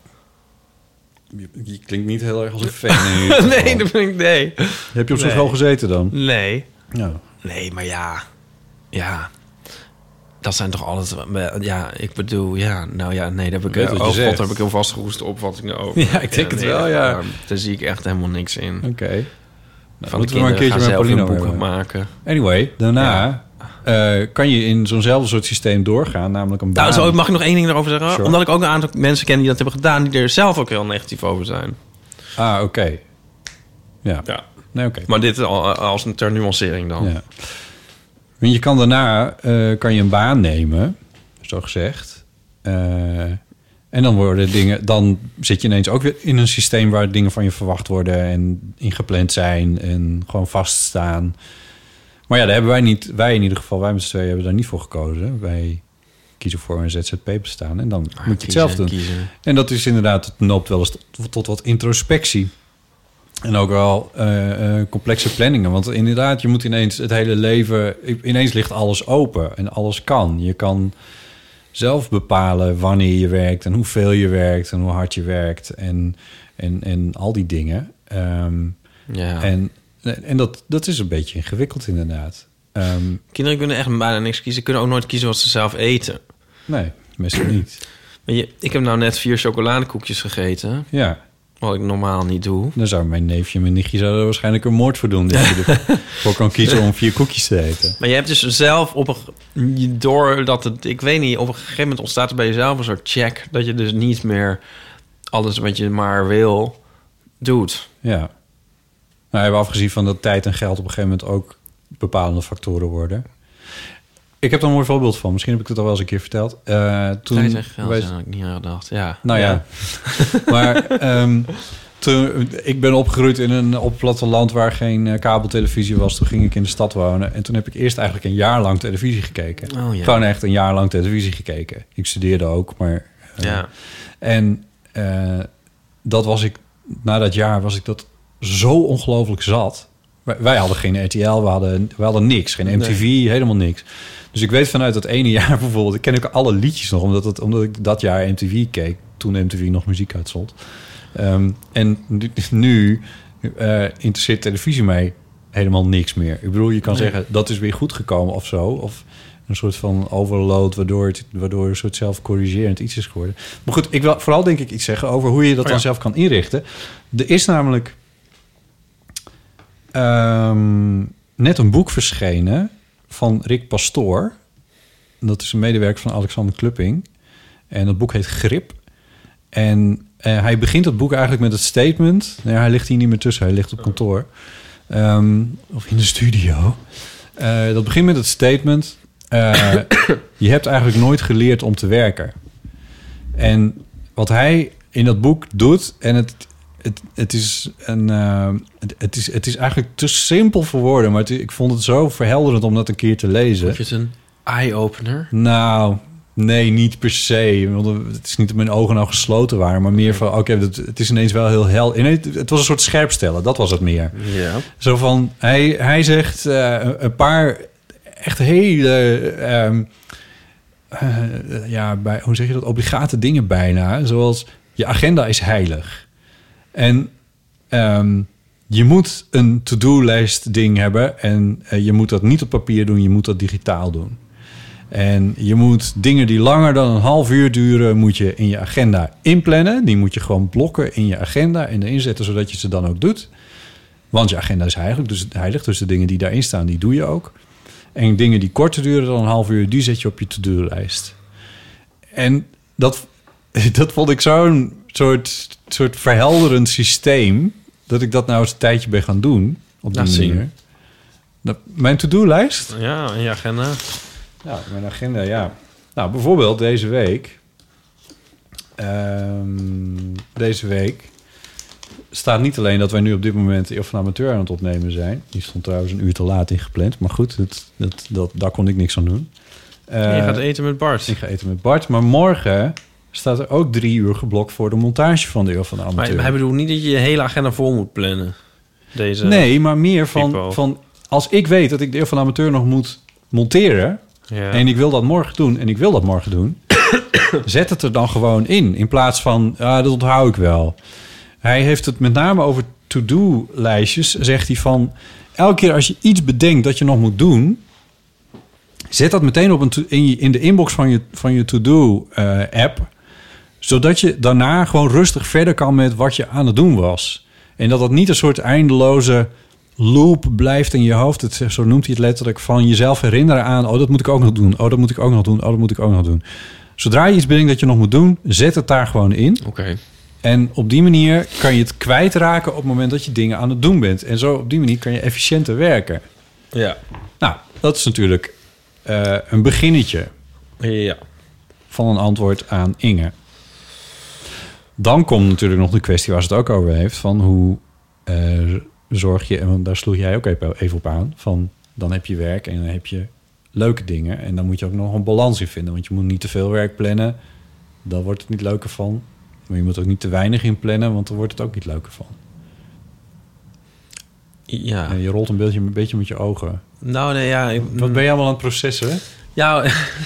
Je klinkt niet heel erg als een fan. Nee, dat vind ik, nee. Heb je op zo'n school gezeten dan? Nee. Ja. Nee, maar ja. Ja. Dat zijn toch alles... Ja, ik bedoel, daar heb ik... Weet wat je God, zegt. daar heb ik heel vastgeroeste opvattingen over. Ja, ik denk het wel, ja. Daar zie ik echt helemaal niks in. Oké. Nou, Van moeten de we maar een kinderen keertje gaan met zelf Paulino hun boeken hebben. maken. Anyway, daarna kan je in zo'nzelfde soort systeem doorgaan, namelijk een baan. Nou, mag ik nog één ding erover zeggen? Sure. Omdat ik ook een aantal mensen ken die dat hebben gedaan... die er zelf ook heel negatief over zijn. Ah, oké. Ja. Ja. Nee, oké. Maar dit als een ter nuancering dan. Ja. Want je kan daarna kan je een baan nemen, zo gezegd. En dan zit je ineens ook weer in een systeem waar dingen van je verwacht worden en ingepland zijn en gewoon vaststaan. Maar ja, daar hebben wij in ieder geval, wij met z'n tweeën hebben daar niet voor gekozen. Wij kiezen voor een ZZP-bestaan en dan moet je het zelf doen. Kiezen. En dat is inderdaad, het loopt wel eens tot wat introspectie. En ook wel complexe planningen. Want inderdaad, je moet ineens het hele leven... Ineens ligt alles open en alles kan. Je kan zelf bepalen wanneer je werkt... en hoeveel je werkt en hoe hard je werkt. En al die dingen. Ja. En dat is een beetje ingewikkeld inderdaad. Kinderen kunnen echt bijna niks kiezen. Ze kunnen ook nooit kiezen wat ze zelf eten. Nee, meestal niet. Ik heb nou net 4 chocoladekoekjes gegeten. Ja. Wat ik normaal niet doe. Dan zou mijn neefje en mijn nichtje zouden er waarschijnlijk een moord voor doen. Dat je ervoor kan kiezen om 4 koekjes te eten. Maar je hebt dus zelf doordat het... Ik weet niet, op een gegeven moment ontstaat er bij jezelf een soort check... dat je dus niet meer alles wat je maar wil, doet. Ja. Nou, hebben afgezien van dat tijd en geld op een gegeven moment ook bepalende factoren worden. Ik heb er een mooi voorbeeld van. Misschien heb ik het al wel eens een keer verteld. Toen Tijd en geld, daar had ik niet aan gedacht. Ja. Nou ja. Maar toen, ik ben opgegroeid op het platteland waar geen kabeltelevisie was. Toen ging ik in de stad wonen. En toen heb ik eerst eigenlijk een jaar lang televisie gekeken. Oh, ja. Gewoon echt een jaar lang televisie gekeken. Ik studeerde ook, maar... Ja. En dat was ik... Na dat jaar was ik dat zo ongelooflijk zat. Wij hadden geen RTL, we hadden niks. Geen MTV, helemaal niks. Dus ik weet vanuit dat ene jaar bijvoorbeeld... Ik ken ook alle liedjes nog, omdat ik dat jaar MTV keek. Toen MTV nog muziek uitzond. En nu interesseert televisie mij helemaal niks meer. Ik bedoel, je kan zeggen, dat is weer goed gekomen of zo. Of een soort van overload, waardoor een soort zelfcorrigerend iets is geworden. Maar goed, ik wil vooral denk ik iets zeggen over hoe je dat dan zelf kan inrichten. Er is namelijk net een boek verschenen van Rick Pastoor. Dat is een medewerker van Alexander Klupping. En dat boek heet Grip. En hij begint het boek eigenlijk met het statement. Nou, hij ligt hier niet meer tussen, hij ligt op kantoor. Of in de studio. Dat begint met het statement. Je hebt eigenlijk nooit geleerd om te werken. En wat hij in dat boek doet... en het is eigenlijk te simpel voor woorden... maar ik vond het zo verhelderend om dat een keer te lezen. Vond je het een eye-opener? Nou, nee, niet per se. Want het is niet dat mijn ogen nou gesloten waren... maar meer van, oké, het is ineens wel heel helder. Het was een soort scherpstellen, dat was het meer. Ja. Zo van, hij zegt een paar echt hele... hoe zeg je dat? Obligate dingen bijna. Zoals, je agenda is heilig. En je moet een to-do-lijst ding hebben... en je moet dat niet op papier doen, je moet dat digitaal doen. En je moet dingen die langer dan een half uur duren... moet je in je agenda inplannen. Die moet je gewoon blokken in je agenda en erin zetten... zodat je ze dan ook doet. Want je agenda is heilig, dus de dingen die daarin staan, die doe je ook. En dingen die korter duren dan een half uur... die zet je op je to-do-lijst. En dat vond ik zo'n soort verhelderend systeem... dat ik dat nou eens een tijdje ben gaan doen. Op die manier. Mijn to-do-lijst? Ja, in je agenda. Ja, mijn agenda, ja. Nou, bijvoorbeeld deze week... staat niet alleen dat wij nu op dit moment... de Eeuw van Amateur aan het opnemen zijn. Die stond trouwens een uur te laat ingepland. Maar goed, daar kon ik niks aan doen. Je gaat eten met Bart. Ik ga eten met Bart. Maar morgen staat er ook 3 uur geblokt... voor de montage van de Eeuw van de Amateur. Maar hij bedoelt niet dat je je hele agenda vol moet plannen. Nee, maar meer van... als ik weet dat ik de Eeuw van de Amateur nog moet monteren... Ja. En ik wil dat morgen doen... zet het er dan gewoon in plaats van, dat onthoud ik wel. Hij heeft het met name over to-do-lijstjes. Zegt hij van, elke keer als je iets bedenkt dat je nog moet doen... Zet dat meteen op in de inbox van je to-do-app... zodat je daarna gewoon rustig verder kan met wat je aan het doen was. En dat niet een soort eindeloze loop blijft in je hoofd. Zo noemt hij het letterlijk, van jezelf herinneren aan... dat moet ik ook nog doen, dat moet ik ook nog doen, dat moet ik ook nog doen. Zodra je iets bedenkt dat je nog moet doen, zet het daar gewoon in. Oké. En op die manier kan je het kwijtraken op het moment dat je dingen aan het doen bent. En zo op die manier kan je efficiënter werken. Ja. Nou, dat is natuurlijk een beginnetje van een antwoord aan Inge. Dan komt natuurlijk nog de kwestie waar ze het ook over heeft... van hoe zorg je... en daar sloeg jij ook even op aan... van dan heb je werk en dan heb je leuke dingen... en dan moet je ook nog een balans in vinden... want je moet niet te veel werk plannen... dan wordt het niet leuker van... maar je moet ook niet te weinig in plannen... want dan wordt het ook niet leuker van. Ja. En je rolt een beetje met je ogen. Nou, nee, ja... Wat ben je allemaal aan het processen? Ja...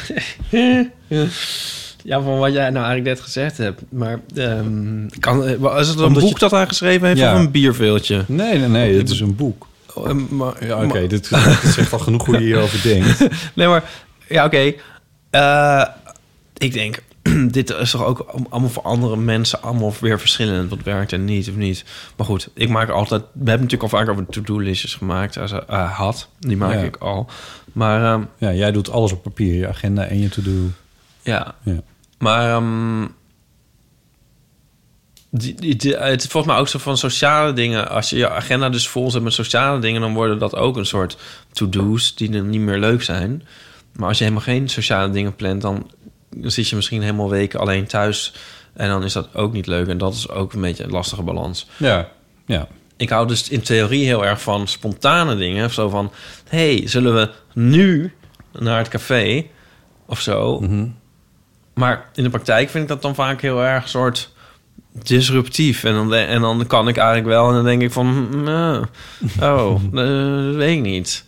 Ja, van wat jij nou eigenlijk net gezegd hebt. Maar is het een boek dat hij geschreven heeft of een bierveeltje? Nee, het is een boek. Oké, dit zegt al genoeg hoe je hierover denkt. Nee, maar... Ja, oké. Ik denk... dit is toch ook allemaal voor andere mensen... allemaal weer verschillend. Wat werkt en niet of niet. Maar goed, ik maak altijd... We hebben natuurlijk al vaak over to-do-listjes gemaakt. Die maak ik al. Maar... ja, jij doet alles op papier. Je agenda en je to-do. Ja. Maar het is volgens mij ook zo van sociale dingen. Als je agenda dus vol zet met sociale dingen... dan worden dat ook een soort to-do's die niet meer leuk zijn. Maar als je helemaal geen sociale dingen plant... dan zit je misschien helemaal weken alleen thuis... en dan is dat ook niet leuk. En dat is ook een beetje een lastige balans. Ja. Ik hou dus in theorie heel erg van spontane dingen. Zo van, zullen we nu naar het café of zo... Mm-hmm. Maar in de praktijk vind ik dat dan vaak heel erg soort disruptief. En dan kan ik eigenlijk wel. En dan denk ik van... dat weet ik niet.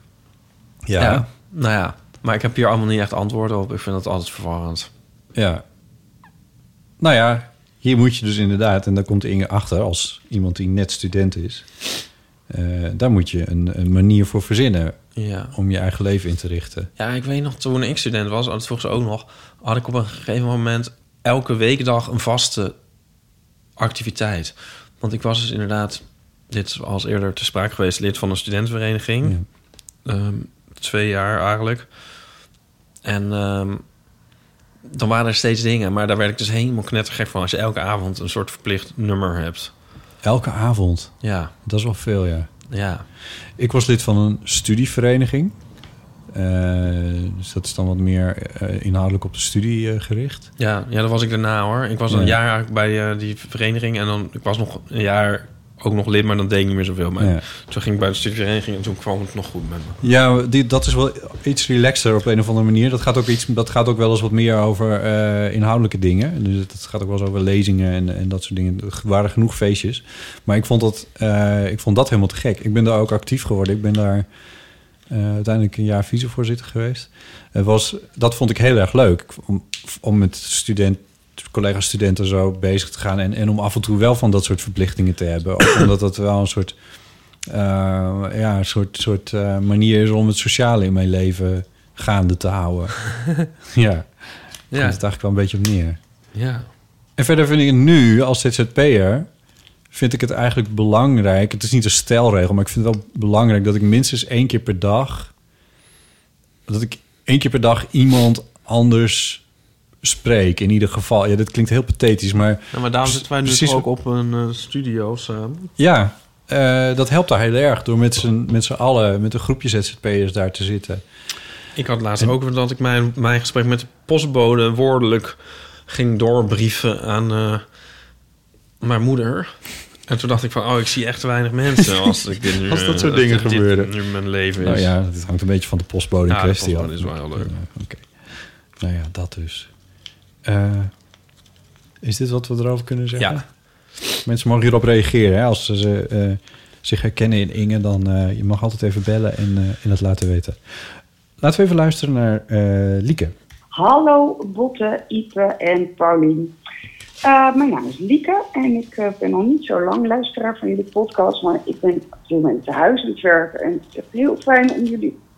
Ja. Nou ja. Maar ik heb hier allemaal niet echt antwoorden op. Ik vind dat altijd verwarrend. Ja. Nou ja, hier moet je dus inderdaad... en daar komt Inge achter als iemand die net student is... daar moet je een manier voor verzinnen... om je eigen leven in te richten. Ja, ik weet nog, toen ik student was... dat vroeg ze ook nog... had ik op een gegeven moment... elke weekdag een vaste activiteit. Want ik was dus inderdaad... dit is als eerder te sprake geweest... lid van een studentenvereniging. Ja. 2 jaar eigenlijk. En dan waren er steeds dingen... maar daar werd ik dus helemaal knettergek van... als je elke avond een soort verplicht nummer hebt... Elke avond? Ja. Dat is wel veel, ja. Ja. Ik was lid van een studievereniging. Dus dat is dan wat meer inhoudelijk op de studie gericht. Ja, dat was ik daarna, hoor. Ik was een jaar bij die vereniging... en dan ik was nog een jaar ook nog lid... maar dan deed ik niet meer zoveel mee. Toen ging ik bij de studievereniging... en toen kwam het nog goed met me. Ja, dat is wel iets relaxer op een of andere manier. Dat gaat ook wel eens wat meer over inhoudelijke dingen. Dus het gaat ook wel eens over lezingen en dat soort dingen. Er waren genoeg feestjes. Maar ik vond dat helemaal te gek. Ik ben daar ook actief geworden. Ik ben daar uiteindelijk een jaar vicevoorzitter geweest. Dat vond ik heel erg leuk. Om met collega-studenten zo bezig te gaan... en om af en toe wel van dat soort verplichtingen te hebben. Ook omdat dat wel een soort manier is... om het sociale in mijn leven gaande te houden. Daar komt het eigenlijk wel een beetje op neer. Ja. En verder vind ik het nu, als ZZP'er... vind ik het eigenlijk belangrijk... het is niet een stelregel, maar ik vind het wel belangrijk... dat ik minstens 1 keer per dag... dat ik 1 keer per dag iemand anders... spreek, in ieder geval. Ja, dit klinkt heel pathetisch, maar... Ja, maar daarom zitten wij nu ook op een studio samen. Ja, dat helpt daar heel erg... door met z'n allen, met een groepje ZZP'ers daar te zitten. Ik had laatst ook dat ik mijn gesprek met de postbode... woordelijk ging doorbrieven aan mijn moeder. En toen dacht ik van... ik zie echt te weinig mensen als ik dit nu... als dat soort dingen gebeuren. Nu mijn leven is. Nou ja, het hangt een beetje van de postbode in kwestie af. Ja, dat is wel heel leuk. Oké. Nou ja, dat dus. Is dit wat we erover kunnen zeggen? Ja. Mensen mogen hierop reageren. Hè? Als ze zich herkennen in Inge, dan je mag altijd even bellen en het laten weten. Laten we even luisteren naar Lieke. Hallo Botte, Ipe en Paulien. Mijn naam is Lieke en ik ben nog niet zo lang luisteraar van jullie podcast, maar ik ben op dit moment te huis aan het werken en het is echt heel fijn om jullie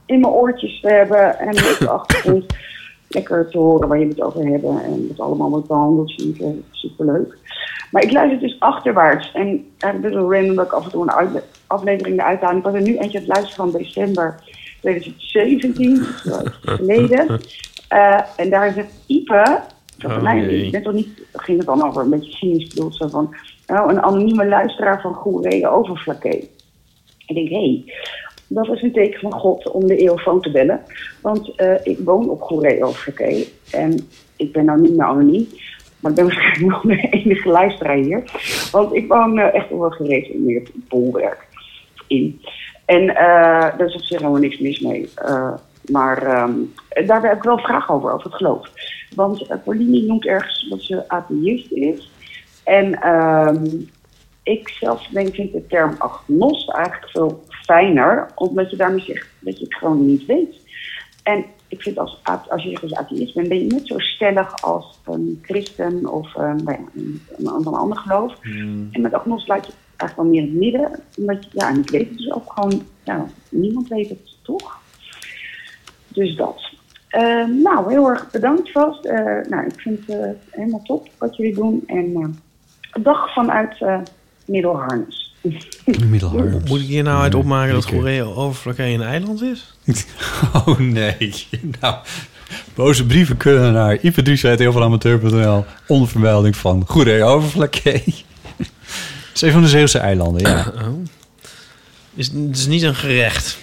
in mijn oortjes te hebben en op de achtergrond lekker te horen waar je het over hebben en wat allemaal wordt behandeld, vind ik superleuk. Maar ik luister dus achterwaarts en eigenlijk best wel random dat ik af en toe een aflevering eruit haal. Ik was er nu eentje aan het luisteren van december 2017, dat is wel even geleden. En daar zegt Ipe, ging het dan over een beetje cynisch bedoeld, zo van een anonieme luisteraar van Goeree Overflakkee. Ik denk, dat is een teken van God om de eeuwfoon te bellen. Want ik woon op Goeree Overflakkee en ik ben nou niet meer anoniem. Maar ik ben waarschijnlijk nog de enige luisteraar hier. Want ik woon echt wel gereformeerd bolwerk in. En daar is op zich helemaal niks mis mee. Maar daar heb ik wel een vraag over het geloof. Want Pauline noemt ergens dat ze atheïst is. En ik zelf vind de term agnost eigenlijk veel fijner. Omdat je daarmee zegt dat je het gewoon niet weet. En ik vind als je zegt als atheïst bent, ben je net zo stellig als een christen of een ander geloof. En met agnost laat je eigenlijk wel meer in het midden. Omdat je, en ik weet het dus ook gewoon, niemand weet het toch? Dus dat. Heel erg bedankt vast. Ik vind het helemaal top wat jullie doen. En dag vanuit Middelharnis. Moet ik hier nou uit opmaken dat Goeree Overflakkee een eiland is? Oh nee. Nou, boze brieven kunnen naar ipedries@heelveelamateur.nl onder vermelding van Goeree Overflakkee. Het is een van de Zeeuwse eilanden, ja. Het is niet een gerecht.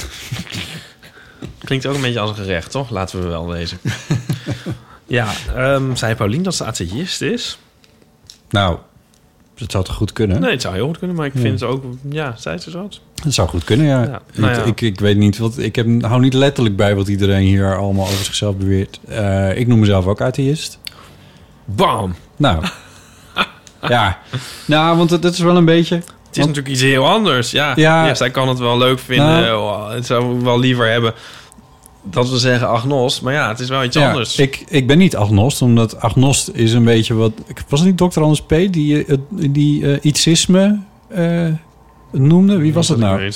Klinkt ook een beetje als een gerecht, toch? Laten we wel wezen. Zei Paulien dat ze atheïst is? Nou, het zou toch goed kunnen? Nee, het zou heel goed kunnen, maar ik vind het ook... Ja, zei ze zo? Het zou goed kunnen, ja. Ik weet niet, hou niet letterlijk bij wat iedereen hier allemaal over zichzelf beweert. Ik noem mezelf ook atheïst. Bam! Nou, ja. Nou, want dat is wel een beetje... Het is natuurlijk iets heel anders. Ja, zij kan het wel leuk vinden. Het zou wel liever hebben dat we zeggen agnost. Maar ja, het is wel iets anders. Ik ben niet agnost, omdat agnost is een beetje wat... Was het niet Dr. Anders P. die ietsisme noemde? Wie was het nou?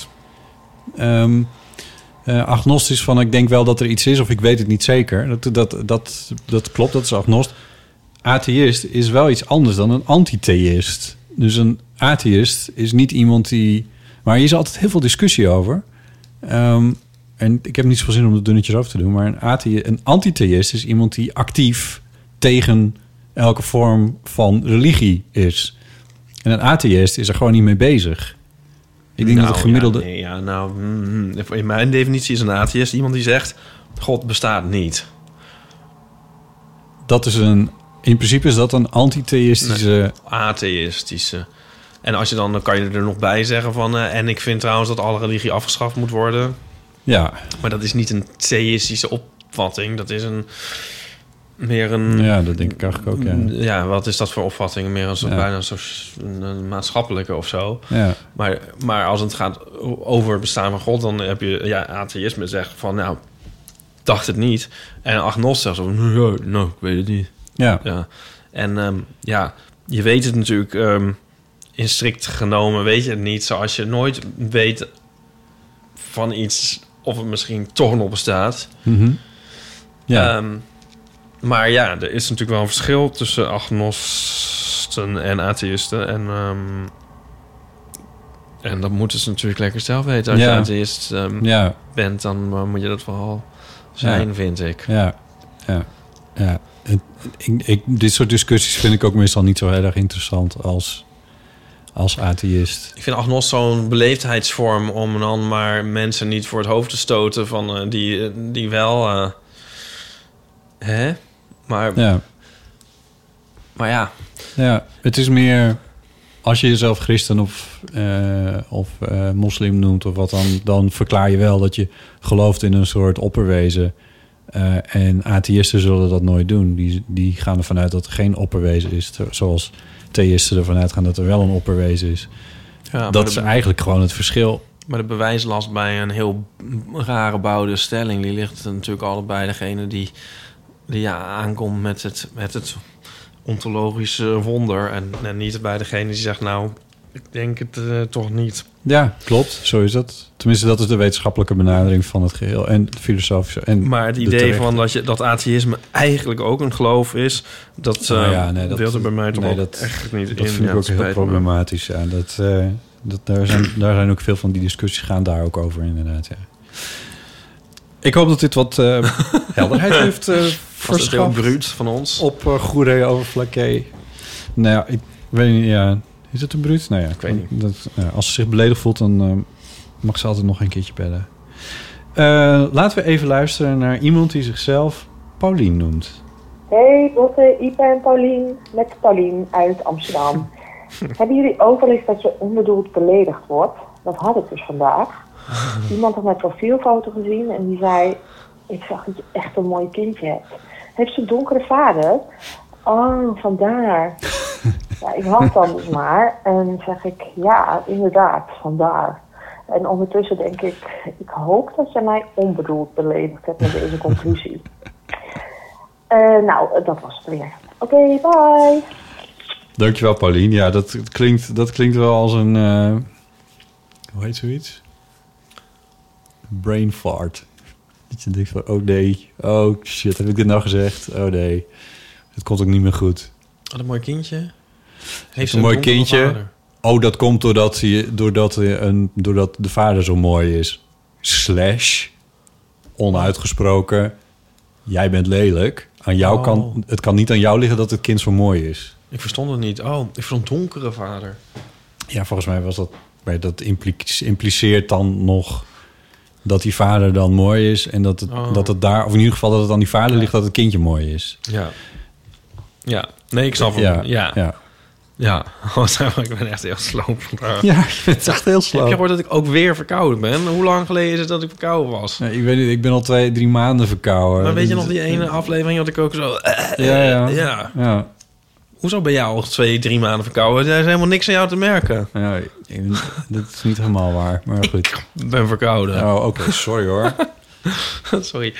Agnostisch van ik denk wel dat er iets is of ik weet het niet zeker. Dat klopt, dat is agnost. Atheïst is wel iets anders dan een antitheïst. Dus een atheïst is niet iemand die... Maar hier is altijd heel veel discussie over. En ik heb niet zoveel zin om de dunnetjes over te doen. Maar een antitheïst is iemand die actief tegen elke vorm van religie is. En een atheïst is er gewoon niet mee bezig. Ik denk dat het gemiddelde... in mijn definitie is een atheïst iemand die zegt... God bestaat niet. Dat is in principe is dat een antitheïstische... atheïstische. En als je dan kan je er nog bij zeggen van... en ik vind trouwens dat alle religie afgeschaft moet worden. Ja. Maar dat is niet een theïstische opvatting. Dat is meer een... Ja, dat denk ik eigenlijk ook, ja. Ja, wat is dat voor opvatting? Meer bijna een maatschappelijke of zo. Ja. Maar als het gaat over het bestaan van God... dan heb je atheïsme zegt van... dacht het niet. En agnost zegt zo... ik weet het niet. Ja. En je weet het natuurlijk... in strikt genomen weet je het niet. Zoals je nooit weet van iets... of het misschien toch nog bestaat. Mm-hmm. Ja. Maar er is natuurlijk wel een verschil... tussen agnosten en atheïsten. En dat moeten ze natuurlijk lekker zelf weten. Als je atheïst bent... dan moet je dat vooral zijn, vind ik. Ja. Dit soort discussies vind ik ook meestal niet zo heel erg interessant als atheïst. Ik vind agnost zo'n beleefdheidsvorm om dan maar mensen niet voor het hoofd te stoten van die wel... Maar... Ja. Maar ja. Ja, het is meer... Als je jezelf christen of moslim noemt of wat dan verklaar je wel dat je gelooft in een soort opperwezen. En atheïsten zullen dat nooit doen. Die gaan ervan uit dat er geen opperwezen is. Zoals theïsten ervan uitgaan dat er wel een opperwezen is. Ja, dat is eigenlijk gewoon het verschil. Maar de bewijslast bij een heel rare bouwde stelling... die ligt natuurlijk allebei degene die aankomt met het ontologische wonder... en niet bij degene die zegt... nou, Ik denk het toch niet. Ja, klopt. Zo is dat. Tenminste, dat is de wetenschappelijke benadering van het geheel. En de filosofische. En maar het idee van dat atheïsme eigenlijk ook een geloof is... dat deelt er bij mij toch echt niet in. Dat vind ik ook heel problematisch. Ja. Daar zijn ook veel van die discussies gaan daar ook over, inderdaad. Ja. Ik hoop dat dit wat helderheid heeft verschaft. Heel bruut van ons. Op Goeree over Flaké. Nou ja, ik weet niet, ja... Is het een bruut? Nou ja, ik weet niet. Als ze zich beledigd voelt, dan mag ze altijd nog een keertje bellen. Laten we even luisteren naar iemand die zichzelf Paulien noemt. Hey Botte, Ipe en Paulien, met Paulien uit Amsterdam. Hebben jullie ook wel eens dat je onbedoeld beledigd wordt? Dat had ik dus vandaag. Iemand had mijn profielfoto gezien en die zei... Ik zag dat je echt een mooi kindje hebt. Heeft ze een donkere vader? Oh, vandaar. Ja, ik wacht dan dus maar. En zeg ik, ja, inderdaad, vandaar. En ondertussen denk ik hoop dat je mij onbedoeld beledigd hebt met deze conclusie. Nou, dat was het weer. Oké, bye. Dankjewel, Paulien. Ja, dat klinkt wel als een... hoe heet zoiets? Brain fart. Dat je denkt van, oh nee. Oh shit, heb ik dit nou gezegd? Oh nee. Het komt ook niet meer goed. Wat een mooi kindje. Heeft een mooi kindje. Vader. Oh, dat komt doordat de vader zo mooi is. / onuitgesproken. Jij bent lelijk. Aan jou het kan niet aan jou liggen dat het kind zo mooi is. Ik verstond het niet. Oh, ik vond donkere vader. Ja, volgens mij was dat... Maar dat impliceert dan nog dat die vader dan mooi is en dat het daar, of in ieder geval dat het aan die vader ligt dat het kindje mooi is. Ja. Ja. Nee, ik snap hem. Ja. Ik ben echt heel sloom vandaag. Ja, je bent echt heel sloom. Heb je gehoord dat ik ook weer verkouden ben? Hoe lang geleden is het dat ik verkouden was? Nee, ik weet niet, ik ben al 2-3 maanden verkouden. Maar weet je nog die ene aflevering dat ik ook zo... Ja. Hoezo ben jij al 2-3 maanden verkouden? Er is helemaal niks aan jou te merken. Ja, dat is niet helemaal waar, maar goed. Ik ben verkouden. Oh, oké. Sorry hoor. Sorry.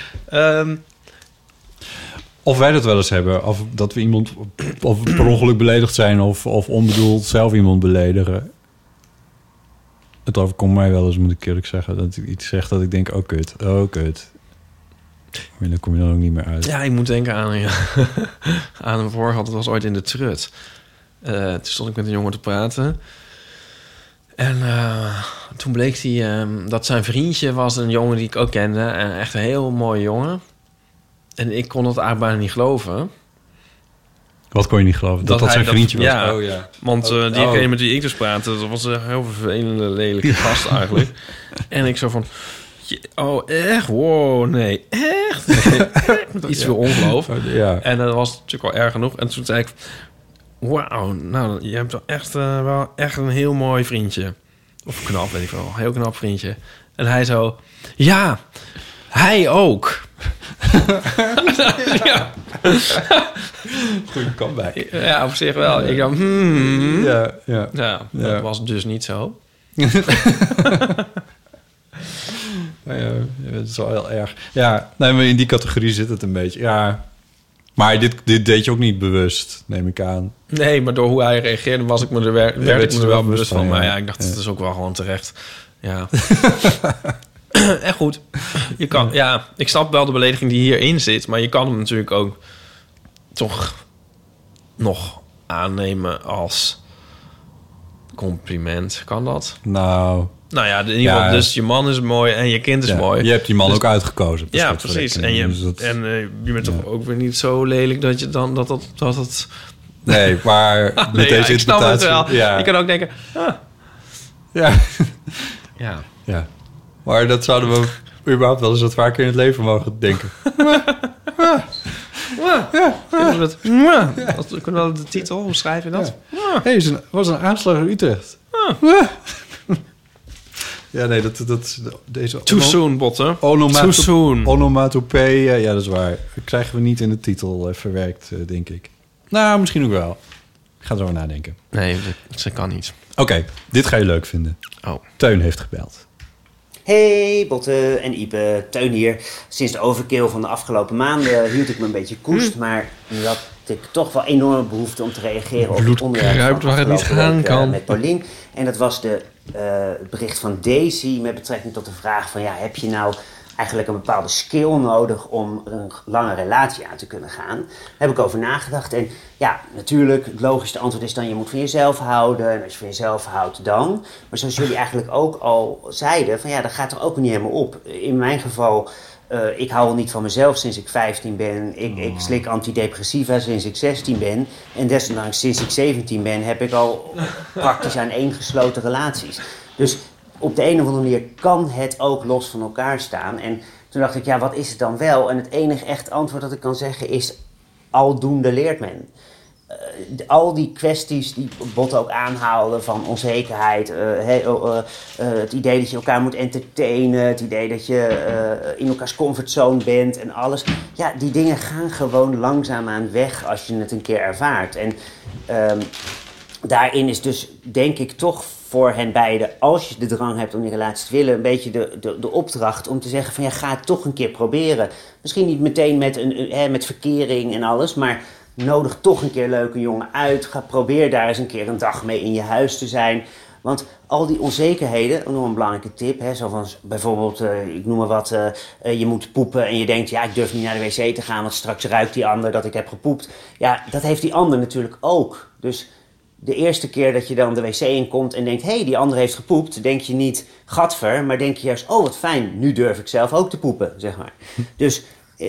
Of wij dat wel eens hebben. Of dat we iemand of per ongeluk beledigd zijn of onbedoeld zelf iemand beledigen. Het overkomt mij wel eens, moet ik eerlijk zeggen. Dat ik iets zeg dat ik denk, oh kut. Maar dan kom je dan ook niet meer uit. Ja, ik moet denken aan een voorgehad. Dat was ooit in de Trut. Toen stond ik met een jongen te praten. En toen bleek hij dat zijn vriendje was een jongen die ik ook kende. En echt een heel mooie jongen. En ik kon het eigenlijk bijna niet geloven. Wat kon je niet geloven? Dat zijn vriendje was? Ja, want diegene met wie ik dus praatte... dat was een heel vervelende, lelijke gast eigenlijk. En ik zo van... Oh, echt? Wow, nee. Echt? Nee. Iets veel ongeloof. Ja. En dat was natuurlijk wel erg genoeg. En toen zei ik... Wauw, nou, je hebt wel echt een heel mooi vriendje. Of knap, weet ik wel. Heel knap vriendje. En hij zo... Ja, hij ook. Ja. Goeie comeback. Ja, op zich wel. Ik dacht, Ja, dat was dus niet zo. Ja, dat is wel heel erg. Ja, nee, maar in die categorie zit het een beetje. Ja, maar dit deed je ook niet bewust, neem ik aan. Nee, maar door hoe hij reageerde werd ik me er wel bewust van. Maar ja, ik dacht, dat is ook wel gewoon terecht. Ja. En goed, je kan, ik snap wel de belediging die hierin zit, maar je kan hem natuurlijk ook toch nog aannemen als compliment. Kan dat? Nou ja, in ieder geval, dus je man is mooi en je kind is mooi. Je hebt die man ook uitgekozen. Ja, precies. En je bent toch ook weer niet zo lelijk dat je dan dat het... Nee, maar met deze ik snap het wel. Ja. Je kan ook denken... Ja. Maar dat zouden we überhaupt wel eens wat vaker in het leven mogen denken. Kunnen we de titel omschrijven? Dat? Hey, was een aanslag in Utrecht. Ja, nee, deze... Too soon, Botte. Too soon. Onomatopee, ja, dat is waar. Dat krijgen we niet in de titel verwerkt, denk ik. Nou, misschien ook wel. Ik ga erover nadenken. Nee, dat kan niet. Oké, dit ga je leuk vinden. Oh. Teun heeft gebeld. Hey, Botte en Ipe, Teun hier. Sinds de overkill van de afgelopen maanden hield ik me een beetje koest. Maar nu dat ik toch wel enorme behoefte om te reageren op het Bloed onderwerp kruipt van waar het niet afgelopen gaan week, kan. met Paulien. En dat was het bericht van Daisy met betrekking tot de vraag van... heb je nou eigenlijk een bepaalde skill nodig om een lange relatie aan te kunnen gaan? Daar heb ik over nagedacht. En ja, natuurlijk, het logische antwoord is dan... je moet van jezelf houden. En als je van jezelf houdt, dan. Maar zoals jullie eigenlijk ook al zeiden... van dat gaat er ook niet helemaal op. In mijn geval... ik hou al niet van mezelf sinds ik 15 ben. Ik slik antidepressiva sinds ik 16 ben. En desondanks sinds ik 17 ben... heb ik al praktisch aaneengesloten relaties. Dus op de een of andere manier kan het ook los van elkaar staan. En toen dacht ik, wat is het dan wel? En het enige echt antwoord dat ik kan zeggen is... aldoende leert men. Al die kwesties die Botte ook aanhaalde van onzekerheid... het idee dat je elkaar moet entertainen... het idee dat je in elkaars comfortzone bent en alles... die dingen gaan gewoon langzaamaan weg als je het een keer ervaart. En daarin is dus, denk ik, toch voor hen beiden... als je de drang hebt om die relatie te willen... een beetje de opdracht om te zeggen van... ga het toch een keer proberen. Misschien niet meteen met verkering en alles... maar nodig toch een keer leuke jongen uit. Probeer daar eens een keer een dag mee in je huis te zijn. Want al die onzekerheden, nog een belangrijke tip... zo van bijvoorbeeld, ik noem maar wat... je moet poepen en je denkt... ik durf niet naar de wc te gaan... want straks ruikt die ander dat ik heb gepoept. Dat heeft die ander natuurlijk ook. Dus de eerste keer dat je dan de wc inkomt en denkt... die ander heeft gepoept... denk je niet, gadver, maar denk je juist... wat fijn, nu durf ik zelf ook te poepen, zeg maar. Dus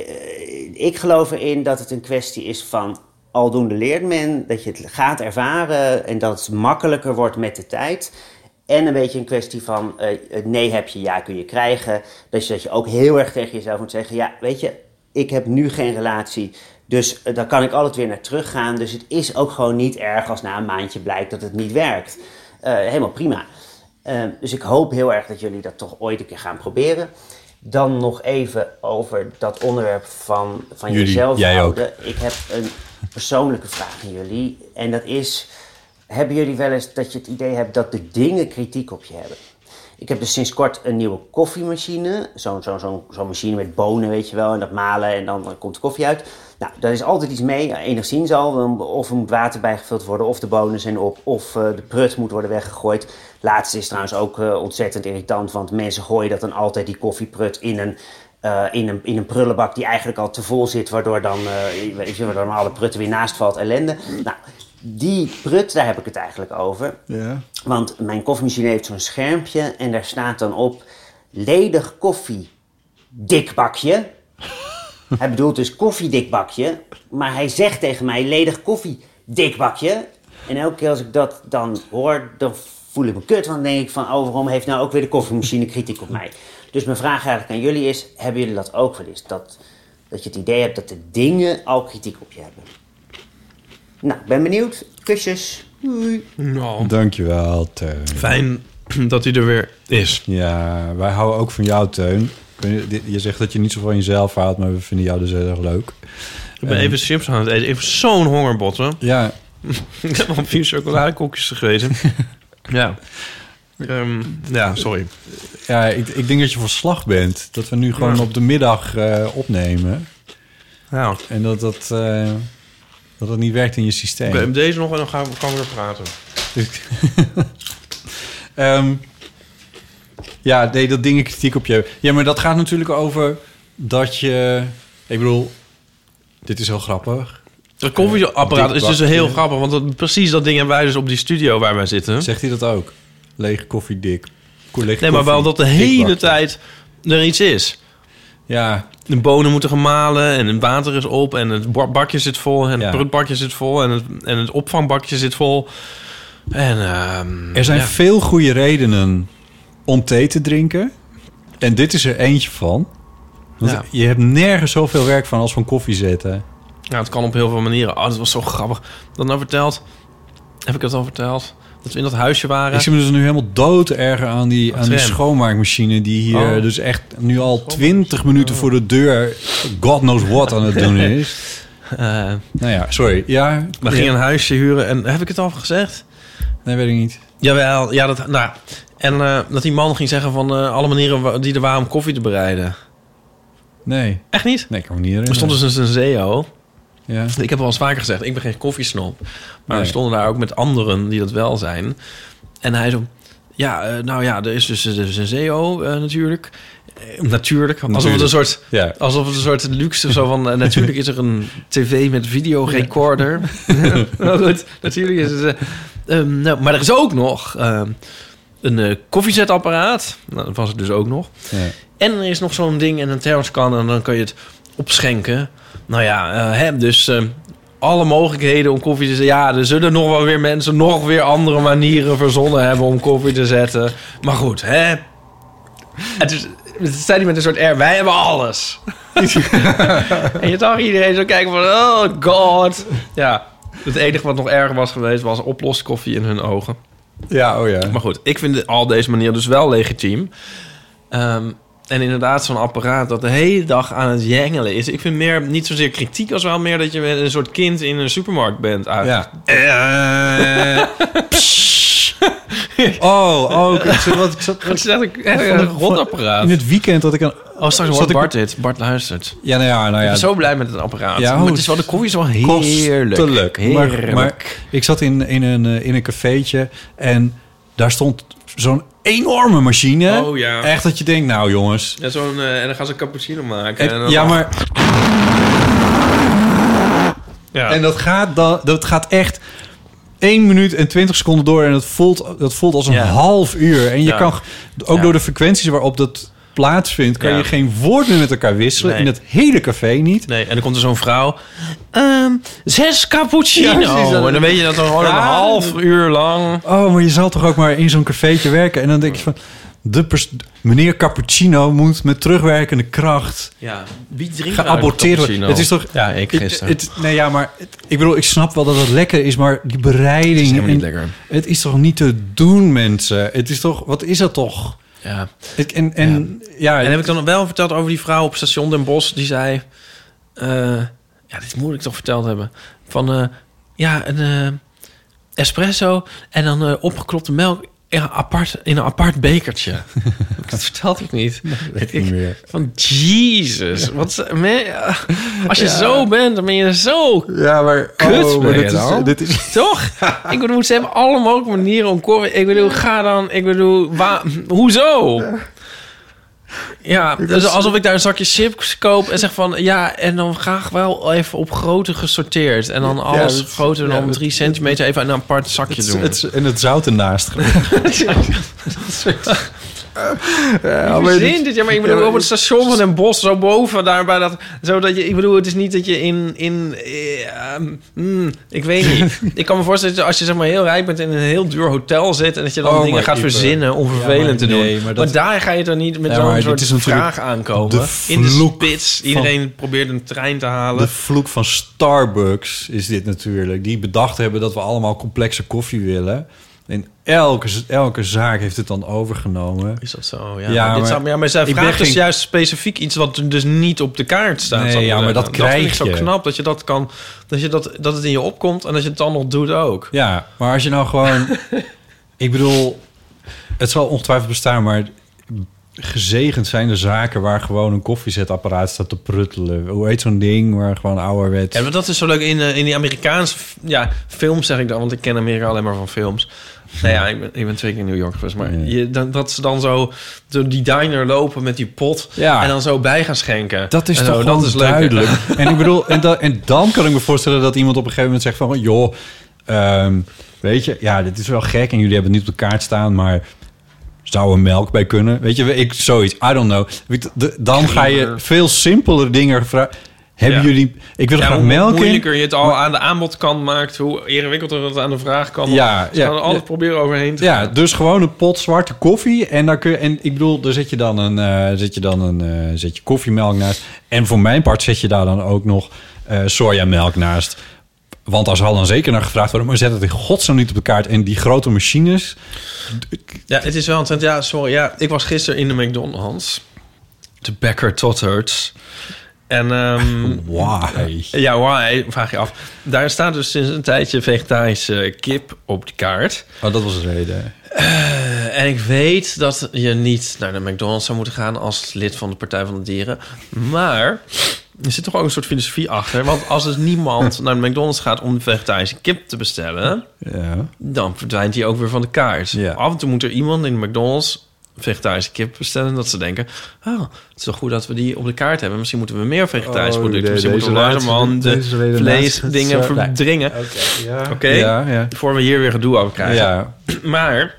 ik geloof erin dat het een kwestie is van... aldoende leert men, dat je het gaat ervaren... en dat het makkelijker wordt met de tijd... En een beetje een kwestie van nee heb je, ja kun je krijgen. Dat je ook heel erg tegen jezelf moet zeggen... weet je, ik heb nu geen relatie... Dus dan kan ik altijd weer naar terug gaan. Dus het is ook gewoon niet erg als na een maandje blijkt dat het niet werkt. Helemaal prima. Dus ik hoop heel erg dat jullie dat toch ooit een keer gaan proberen. Dan nog even over dat onderwerp van jullie, jezelf jij houden. Ook. Ik heb een persoonlijke vraag aan jullie. En dat is, hebben jullie wel eens dat je het idee hebt dat de dingen kritiek op je hebben? Ik heb dus sinds kort een nieuwe koffiemachine. Zo'n machine met bonen, weet je wel. En dat malen en dan komt de koffie uit. Nou, daar is altijd iets mee, enigszins al. Of er moet water bijgevuld worden, of de bonen zijn op, of de prut moet worden weggegooid. Laatste is trouwens ook ontzettend irritant, want mensen gooien dat dan altijd, die koffieprut, in een prullenbak die eigenlijk al te vol zit, waardoor dan alle prutten weer naast valt, ellende. Nou, die prut, daar heb ik het eigenlijk over. Ja. Want mijn koffiemachine heeft zo'n schermpje en daar staat dan op ledig koffiedikbakje. Hij bedoelt dus koffiedikbakje, maar hij zegt tegen mij ledig koffiedikbakje. En elke keer als ik dat dan hoor, dan voel ik me kut. Want dan denk ik van, waarom heeft nou ook weer de koffiemachine kritiek op mij? Dus mijn vraag eigenlijk aan jullie is, hebben jullie dat ook wel eens? Dat je het idee hebt dat de dingen al kritiek op je hebben. Nou, ben benieuwd. Kusjes. Doei. Nou, dankjewel, Teun. Fijn dat hij er weer is. Ja, wij houden ook van jou, Teun. Je zegt dat je niet zo van jezelf houdt, maar we vinden jou dus heel erg leuk. Ik ben even chips aan het eten. Even zo'n hongerbotten. Ja. Ik heb al 4 chocoladekoekjes gegeten. Ja. Ja, sorry. Ja, ik denk dat je van slag bent. Dat we nu gewoon op de middag opnemen. Ja. En dat niet werkt in je systeem. Oké, deze nog en dan gaan we weer praten. Ja, nee, dat dingen kritiek op je. Ja, maar dat gaat natuurlijk over dat je... Ik bedoel, dit is heel grappig. Het koffieapparaat is dus heel grappig, want precies dat ding hebben wij dus op die studio waar wij zitten. Zegt hij dat ook? Lege koffie, dik. Nee, maar wel dat de hele tijd er iets is. Ja. De bonen moeten gemalen en het water is op en het bakje zit vol en het prutbakje zit vol en het opvangbakje zit vol. En, er zijn veel goede redenen om thee te drinken. En dit is er eentje van. Want je hebt nergens zoveel werk van als van koffie zetten. Ja, het kan op heel veel manieren. Oh, dat was zo grappig. Dat nou verteld. Heb ik dat al verteld? Dat we in dat huisje waren. Ik zie me dus nu helemaal dood erger aan die schoonmaakmachine die hier dus echt nu al 20 minuten voor de deur God knows what aan het doen is. Nou ja, sorry. Ja, we gingen een huisje huren en heb ik het al gezegd? Nee, weet ik niet. Jawel, ja, dat die man ging zeggen van alle manieren die er waren om koffie te bereiden. Nee. Echt niet? Nee, ik kan me niet herinneren. Er stond dus een Senseo. Ja. Ik heb wel eens vaker gezegd, ik ben geen koffiesnop. Maar Nee. we stonden daar ook met anderen die dat wel zijn. En hij zo... er is dus een CEO natuurlijk. Natuurlijk. Alsof het een soort, alsof het een soort luxe zo van... natuurlijk is er een tv met videorecorder. Nou goed, natuurlijk is het... maar er is ook nog een koffiezetapparaat. Nou, dat was het dus ook nog. Ja. En er is nog zo'n ding en een thermoskan... en dan kan je het opschenken. Nou ja, dus... alle mogelijkheden om koffie te zetten. Ja, er zullen nog wel weer mensen... nog weer andere manieren verzonnen hebben om koffie te zetten. Maar goed, hè... Het zei hij met een soort air... wij hebben alles. En je zag iedereen zo kijken van... oh god. Ja, het enige wat nog erger was geweest... was oploskoffie in hun ogen. Ja, oh ja. Maar goed, ik vind al deze manieren dus wel legitiem. En inderdaad, zo'n apparaat dat de hele dag aan het jengelen is. Ik vind meer, niet zozeer kritiek als wel meer... dat je een soort kind in een supermarkt bent. Ja. Wat is dat? Een rotapparaat. In het weekend dat ik een... Oh, straks hoort Bart dit. Bart luistert. Ja, nou ja. Ik ben zo blij met het apparaat. Ja, maar het is wel, de koffie is wel heerlijk. Kostelijk. Maar ik zat in een cafeetje en daar stond zo'n enorme machine. Oh ja. Echt dat je denkt, nou jongens. Ja, en dan gaan ze een cappuccino maken. Maar... Ja. En dat gaat echt 1 minuut en 20 seconden door. En dat voelt als een half uur. En je kan ook door de frequenties waarop dat plaatsvindt... kan je geen woord meer met elkaar wisselen. In het hele café niet. Nee, en dan komt er zo'n vrouw... 6 cappuccino. Ja, en dan weet je dat er gewoon een half uur lang... Oh, maar je zal toch ook maar in zo'n cafeetje werken. En dan denk je van... meneer Cappuccino moet met terugwerkende kracht... Ja, wie drinkt geaborteerd worden. Het is toch... Ja, ik gisteren. Ik bedoel, ik snap wel dat het lekker is... maar die bereiding... Het is helemaal niet lekker. Het is toch niet te doen, mensen? Het is toch... Wat is dat toch? Ja. En heb ik dan wel verteld over die vrouw op station Den Bosch... die zei... dit moet ik toch verteld hebben. Van, een espresso... en dan opgeklopte melk... in een apart bekertje. Dat vertelde ik niet. Van Jesus. Als je zo bent, dan ben je zo kut. Dit is toch? Ik bedoel, ze hebben alle mogelijke manieren om koffie... Ik bedoel, hoezo? Ja, dus alsof ik daar een zakje chips koop en zeg van... ja, en dan graag wel even op grootte gesorteerd. En dan alles groter dan 3 centimeter even in een apart zakje doen. En het zout ernaast. Maar ik bedoel, op het station van Den Bosch, zo boven daar bij dat... zodat je, ik bedoel, het is niet dat je ik weet niet. Ik kan me voorstellen dat als je zeg maar heel rijk bent in een heel duur hotel zit... en dat je dan dingen gaat verzinnen om vervelend te doen. Maar daar ga je dan niet met zo'n soort vraag aankomen. In de spits. Iedereen probeert een trein te halen. De vloek van Starbucks is dit natuurlijk. Die bedacht hebben dat we allemaal complexe koffie willen... En elke zaak heeft het dan overgenomen. Is dat zo? Ja, maar zij vraagt dus juist specifiek iets wat dus niet op de kaart staat. Nee, maar dat krijg je. Dat vind ik zo knap, dat je dat kan... Dat het in je opkomt en dat je het dan nog doet ook. Ja, maar als je nou gewoon... ik bedoel, het zal ongetwijfeld bestaan, maar... gezegend zijn de zaken waar gewoon een koffiezetapparaat staat te pruttelen. Hoe heet zo'n ding waar gewoon ouderwets... Ja, maar dat is zo leuk in die Amerikaanse films, zeg ik dan, want ik ken Amerika alleen maar van films. Nou ja, ik ben 2 keer in New York geweest, maar dat ze dan zo door die diner lopen met die pot en dan zo bij gaan schenken. Dat is toch dat is duidelijk. En ik bedoel, en dan kan ik me voorstellen dat iemand op een gegeven moment zegt van, joh, weet je, dit is wel gek en jullie hebben het niet op de kaart staan, maar zou er melk bij kunnen? Weet je, zoiets, I don't know. Dan ga je veel simpeler dingen vragen. Hebben jullie... Ik wil graag melk in. Hoe moeilijker je het al aan de aanbodkant maakt, hoe ingewikkelder het aan de vraagkant. Ze gaan er altijd proberen overheen te gaan. Dus gewoon een pot zwarte koffie. En dan kun je... En ik bedoel, daar zet je dan zet je koffiemelk naast. En voor mijn part zet je daar dan ook nog sojamelk naast. Want daar zal dan zeker naar gevraagd worden. Maar zet het in godsnaam niet op de kaart. En die grote machines... Ja, het is wel ontzettend... Ja, sorry. Ja, ik was gisteren in de McDonald's. De Becker Totterts. En... why? Ja, why? Vraag je af. Daar staat dus sinds een tijdje vegetarische kip op de kaart. Oh, dat was de reden. En ik weet dat je niet naar de McDonald's zou moeten gaan als lid van de Partij van de Dieren. Maar Er zit toch ook een soort filosofie achter. Want als dus niemand naar de McDonald's gaat om de vegetarische kip te bestellen... dan verdwijnt die ook weer van de kaart. Ja. Af en toe moet er iemand in de McDonald's vegetarische kip bestellen... dat ze denken, het is toch goed dat we die op de kaart hebben. Misschien moeten we meer vegetarische producten. Misschien moeten we langzamerhand de vleesdingen verdringen. Oké? Ja. Voor we hier weer gedoe over krijgen. Ja. Maar...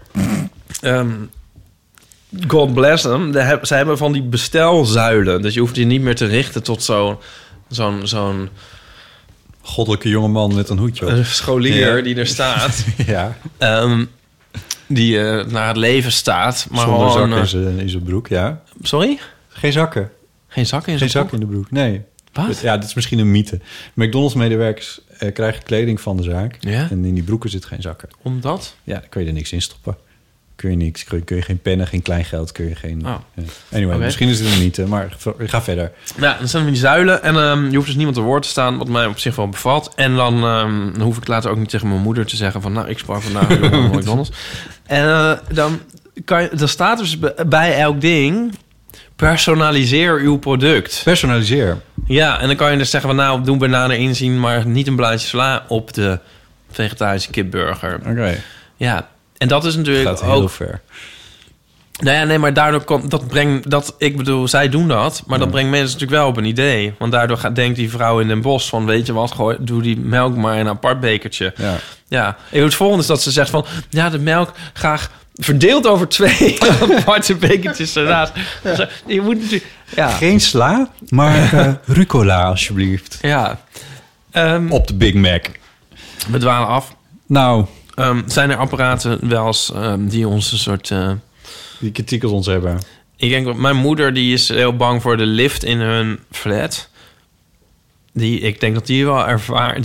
God bless them. Ze hebben van die bestelzuilen. Dus je hoeft je niet meer te richten tot zo'n goddelijke jongeman met een hoedje op. Scholier die er staat. Ja. Die naar het leven staat. Maar zonder gewoon, zakken in zijn broek, ja. Sorry? Geen zakken. Geen zakken in Geen zijn zak in de broek, nee. Wat? Ja, dit is misschien een mythe. McDonald's-medewerkers krijgen kleding van de zaak. Ja? En in die broeken zit geen zakken. Omdat? Ja, dan kun je er niks in stoppen. Kun je geen pennen, geen kleingeld, kun je geen... Anyway, Okay. misschien is het een mythe, maar ga verder. Ja, dan zijn er die zuilen en je hoeft dus niemand te woord te staan, wat mij op zich wel bevalt. En dan hoef ik later ook niet tegen mijn moeder te zeggen van, nou, ik spar vandaag weer op McDonald's. En dan staat dus bij elk ding, personaliseer uw product. Personaliseer. Ja, en dan kan je dus zeggen van, nou, doe bananen inzien, maar niet een blaadje sla op de vegetarische kipburger. Oké. Ja, en dat is natuurlijk gaat ook... heel ver. Nou ja, nee, maar daardoor ik bedoel, zij doen dat, maar dat brengt mensen natuurlijk wel op een idee. Want daardoor denkt die vrouw in Den Bosch van, weet je wat, doe die melk maar in een apart bekertje. Ja. En het volgende is dat ze zegt van, ja, de melk graag verdeeld over 2 aparte bekertjes ernaast. Dus, je moet natuurlijk... Ja. Geen sla, maar rucola alsjeblieft. Ja. Op de Big Mac. We dwalen af. Nou... zijn er apparaten wel eens die ons een soort... die kritiek als ons hebben. Ik denk dat mijn moeder die is heel bang voor de lift in hun flat. Ik denk dat die wel ervaart...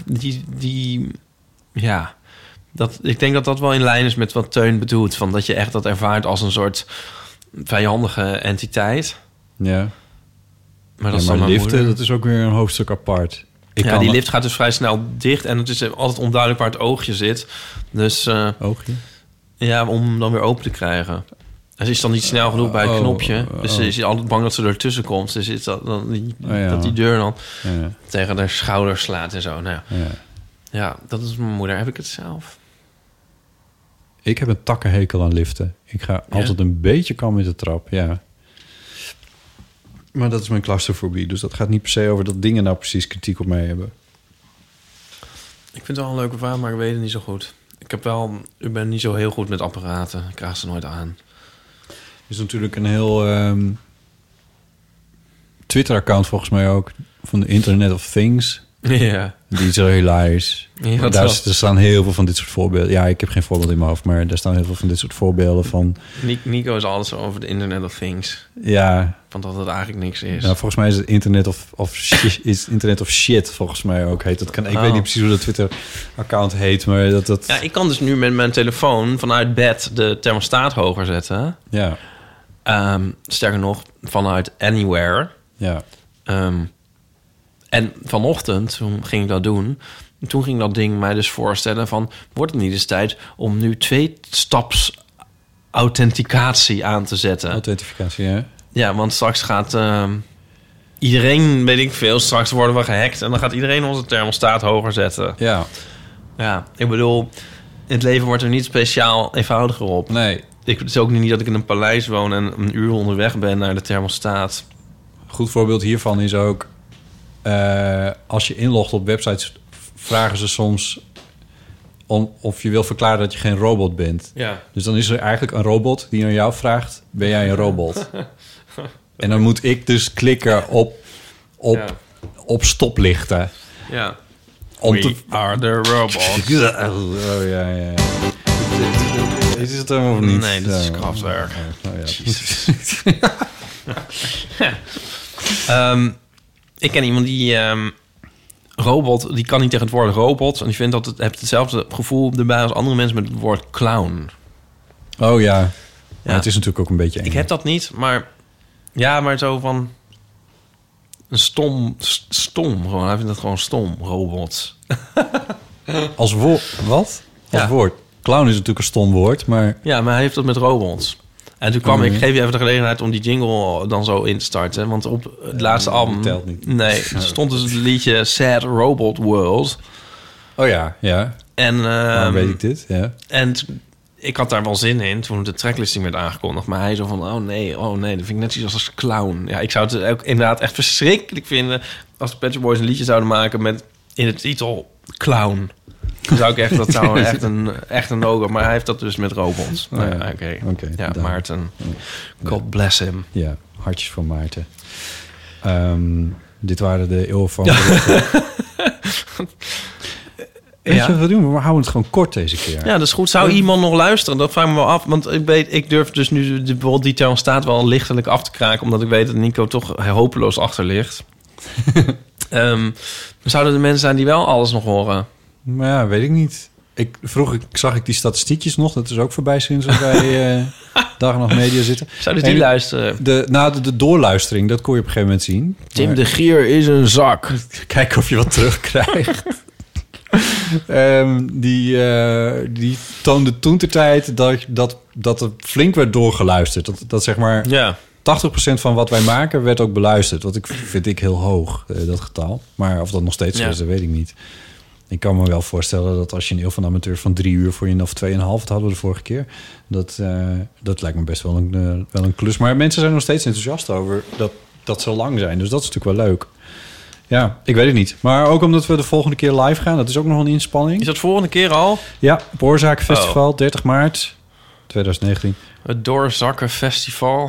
ik denk dat dat wel in lijn is met wat Teun bedoelt. Van dat je echt dat ervaart als een soort vijandige entiteit. Ja. Maar dat is maar dan liften, dat is ook weer een hoofdstuk apart. Die lift gaat dus vrij snel dicht. En het is altijd onduidelijk waar het oogje zit. Dus... oogje? Ja, om dan weer open te krijgen. En ze is dan niet snel genoeg bij het knopje. Dus ze is altijd bang dat ze ertussen komt. Dus is dat die deur dan tegen haar schouder slaat en zo. Nou ja, dat is mijn moeder. Heb ik het zelf? Ik heb een takkenhekel aan liften. Ik ga altijd een beetje kam met de trap, ja. Maar dat is mijn claustrofobie. Dus dat gaat niet per se over dat dingen nou precies kritiek op mij hebben. Ik vind het wel een leuke vraag, maar ik weet het niet zo goed. Ik ben niet zo heel goed met apparaten. Ik krijg ze nooit aan. Er is natuurlijk een heel Twitter-account volgens mij ook... van de Internet of Things. Ja. Die is zo hilarisch. Ja, daar staan heel veel van dit soort voorbeelden. Ja, ik heb geen voorbeeld in mijn hoofd... maar daar staan heel veel van dit soort voorbeelden van... Nico is alles over de Internet of Things. Ja. Want dat het eigenlijk niks is. Nou, volgens mij is het Internet of Shit, volgens mij ook heet het. Ik weet niet precies hoe dat Twitter-account heet, maar dat... Ja, ik kan dus nu met mijn telefoon vanuit bed de thermostaat hoger zetten. Ja. Sterker nog, vanuit Anywhere. Ja. En vanochtend, toen ging ik dat doen... Toen ging dat ding mij dus voorstellen van... wordt het niet eens tijd om nu 2-staps authenticatie aan te zetten? Authentificatie, ja. Ja, want straks gaat iedereen, weet ik veel... straks worden we gehackt en dan gaat iedereen onze thermostaat hoger zetten. Ja. Ja, ik bedoel... het leven wordt er niet speciaal eenvoudiger op. Nee. Het is ook niet dat ik in een paleis woon... en een uur onderweg ben naar de thermostaat. Goed voorbeeld hiervan is ook... als je inlogt op websites... vragen ze soms of je wil verklaren dat je geen robot bent. Ja. Dus dan is er eigenlijk een robot die aan jou vraagt... ben jij een robot? En dan moet ik dus klikken op stoplichten. Ja. We are the robots. Ja. Is het er of niet? Nee, dit is Kraftwerk. Ik ken iemand die... robot, die kan niet tegen het woord robot. En die vindt dat het hebt hetzelfde gevoel erbij als andere mensen met het woord clown. Oh ja. Maar het is natuurlijk ook een beetje eng. Ik heb dat niet, maar... Ja, maar zo van... Een stom. Gewoon. Hij vindt het gewoon stom, robots. Als woord? Wat? Als woord? Clown is natuurlijk een stom woord, maar... Ja, maar hij heeft dat met robots. En toen kwam ik geef je even de gelegenheid om die jingle dan zo in te starten. Want op het laatste album... telt niet. Nee, stond dus het liedje Sad Robot World. Oh ja, ja. En waarom weet ik dit? Ja. En ik had daar wel zin in toen de tracklisting werd aangekondigd. Maar hij zo van, oh nee, dat vind ik net iets als clown. Ja, ik zou het ook inderdaad echt verschrikkelijk vinden... als de Pet Shop Boys een liedje zouden maken met in de titel clown. Dan zou ik echt, dat zou echt een no-go. Maar hij heeft dat dus met robots. Oh, ja. Oké. Ja, Maarten. God bless him. Ja, hartjes voor Maarten. Dit waren de eeuw van... Weet je wat we doen? We houden het gewoon kort deze keer. Ja, dat is goed. Zou iemand nog luisteren? Dat vraag ik me wel af. Want ik durf dus nu bijvoorbeeld die thermostaat wel lichtelijk af te kraken... omdat ik weet dat Nico toch hopeloos achter ligt. Zouden er mensen zijn die wel alles nog horen? Maar ja, weet ik niet. Zag ik die statistiekjes nog. Dat is ook voorbij sinds we bij Dag en Nacht Media zitten. Zouden die luisteren? De doorluistering, dat kon je op een gegeven moment zien. Tim de Gier is een zak. Kijken of je wat terugkrijgt. Die toonde toen de tijd dat er flink werd doorgeluisterd. Dat zeg maar 80% van wat wij maken werd ook beluisterd. Wat vind ik heel hoog, dat getal. Maar of dat nog steeds zo is, dat weet ik niet. Ik kan me wel voorstellen dat als je een eeuw van amateur van 3 uur voor je of 2,5, dat hadden we de vorige keer. Dat lijkt me best wel een klus. Maar mensen zijn nog steeds enthousiast over dat zo lang zijn. Dus dat is natuurlijk wel leuk. Ja, ik weet het niet. Maar ook omdat we de volgende keer live gaan. Dat is ook nog een inspanning. Is dat volgende keer al? Ja, op Oorzakenfestival, 30 maart 2019. Het Doorzakkenfestival.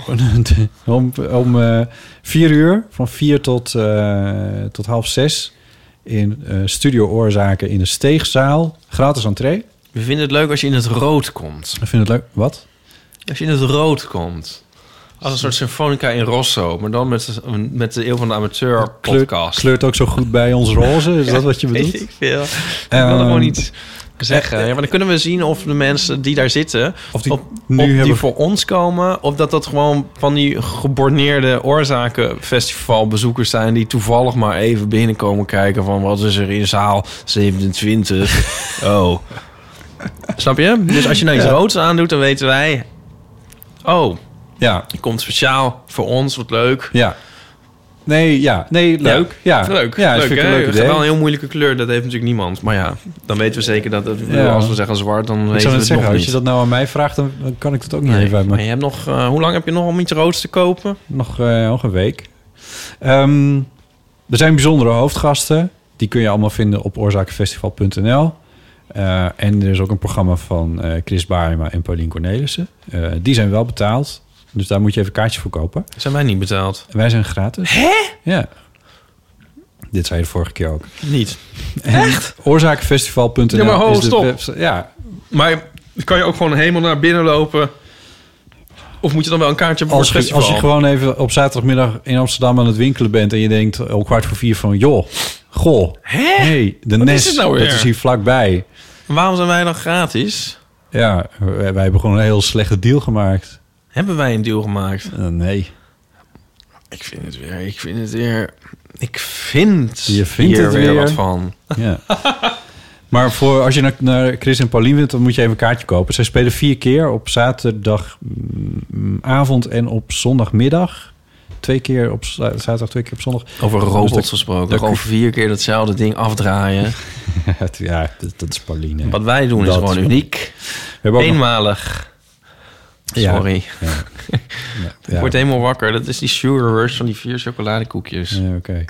Om 4 uur, van 4 tot 5:30... in Studio Oorzaken in de Steegzaal. Gratis entree. We vinden het leuk als je in het rood komt. We vinden het leuk. Wat? Als je in het rood komt. Als een soort symfonica in Rosso. Maar dan met de Eeuw van de Amateur podcast. Kleurt ook zo goed bij ons roze. Is dat wat je bedoelt? Weet ik veel. Ik wil er gewoon iets zeggen. Ja, maar dan kunnen we zien of de mensen die daar zitten... Of die voor ons komen... of dat gewoon van die geborneerde Oorzakenfestivalbezoekers zijn... die toevallig maar even binnenkomen kijken... van wat is er in zaal 27. Oh. Snap je? Dus als je nou iets roods aandoet... dan weten wij... Oh, ja, je komt speciaal voor ons. Wat leuk. Ja. Nee, leuk. Ja, leuk. Ja, leuk, vind ik een leuk idee. Wel een heel moeilijke kleur, dat heeft natuurlijk niemand. Maar ja, dan weten we zeker dat het... Als we zeggen zwart, dan weten we het nog niet. Als je dat nou aan mij vraagt, dan kan ik het ook niet even uit. Maar je hebt nog... hoe lang heb je nog om iets roods te kopen? Nog een week. Er zijn bijzondere hoofdgasten. Die kun je allemaal vinden op oorzakenfestival.nl. En er is ook een programma van Chris Baarma en Paulien Cornelissen. Die zijn wel betaald. Dus daar moet je even kaartjes voor kopen. Zijn wij niet betaald? Wij zijn gratis. Hè? Ja. Dit zei je de vorige keer ook. Niet. Echt? Oorzakenfestival.nl. Ja, maar is de stop. website. Ja. Maar kan je ook gewoon helemaal naar binnen lopen? Of moet je dan wel een kaartje hebben voor het festival? Als je gewoon even op zaterdagmiddag in Amsterdam aan het winkelen bent... en je denkt om 3:15 van... Hey, de Wat Nes, is nou weer? dat is hier vlakbij. Waarom zijn wij dan gratis? Ja, wij hebben gewoon een heel slechte deal gemaakt. Hebben wij een deal gemaakt? Nee. Ik vind Je vindt hier het weer wat van. Ja. Maar als je naar Chris en Paulien wilt, dan moet je even een kaartje kopen. Zij spelen 4 keer op zaterdagavond en op zondagmiddag. 2 keer op zaterdag, 2 keer op zondag. Over robots gesproken. Gewoon 4 keer datzelfde ding afdraaien. Ja, dat is Pauline. Wat wij doen is gewoon uniek. Eenmalig. Sorry. Ja. Ik word helemaal wakker. Dat is die Sugar Rush van die 4 chocoladekoekjes. Ja, oké.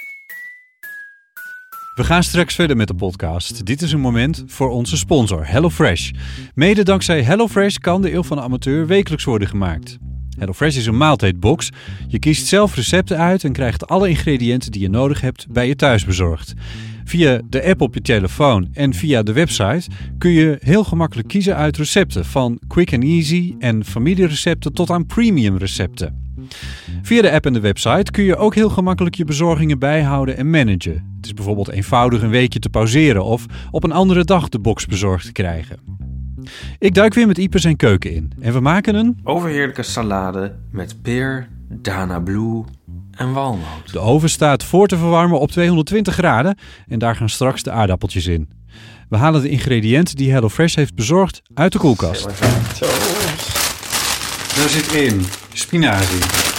We gaan straks verder met de podcast. Dit is een moment voor onze sponsor HelloFresh. Mede dankzij HelloFresh kan de Eeuw van de Amateur wekelijks worden gemaakt. HelloFresh is een maaltijdbox. Je kiest zelf recepten uit en krijgt alle ingrediënten die je nodig hebt bij je thuis bezorgd. Via de app op je telefoon en via de website kun je heel gemakkelijk kiezen uit recepten. Van quick and easy en familierecepten tot aan premium recepten. Via de app en de website kun je ook heel gemakkelijk je bezorgingen bijhouden en managen. Het is bijvoorbeeld eenvoudig een weekje te pauzeren of op een andere dag de box bezorgd te krijgen. Ik duik weer met Ipe zijn keuken in en we maken een overheerlijke salade met peer, Dana Blue en walnoot. De oven staat voor te verwarmen op 220 graden en daar gaan straks de aardappeltjes in. We halen de ingrediënten die HelloFresh heeft bezorgd uit de koelkast. Daar zit in spinazie.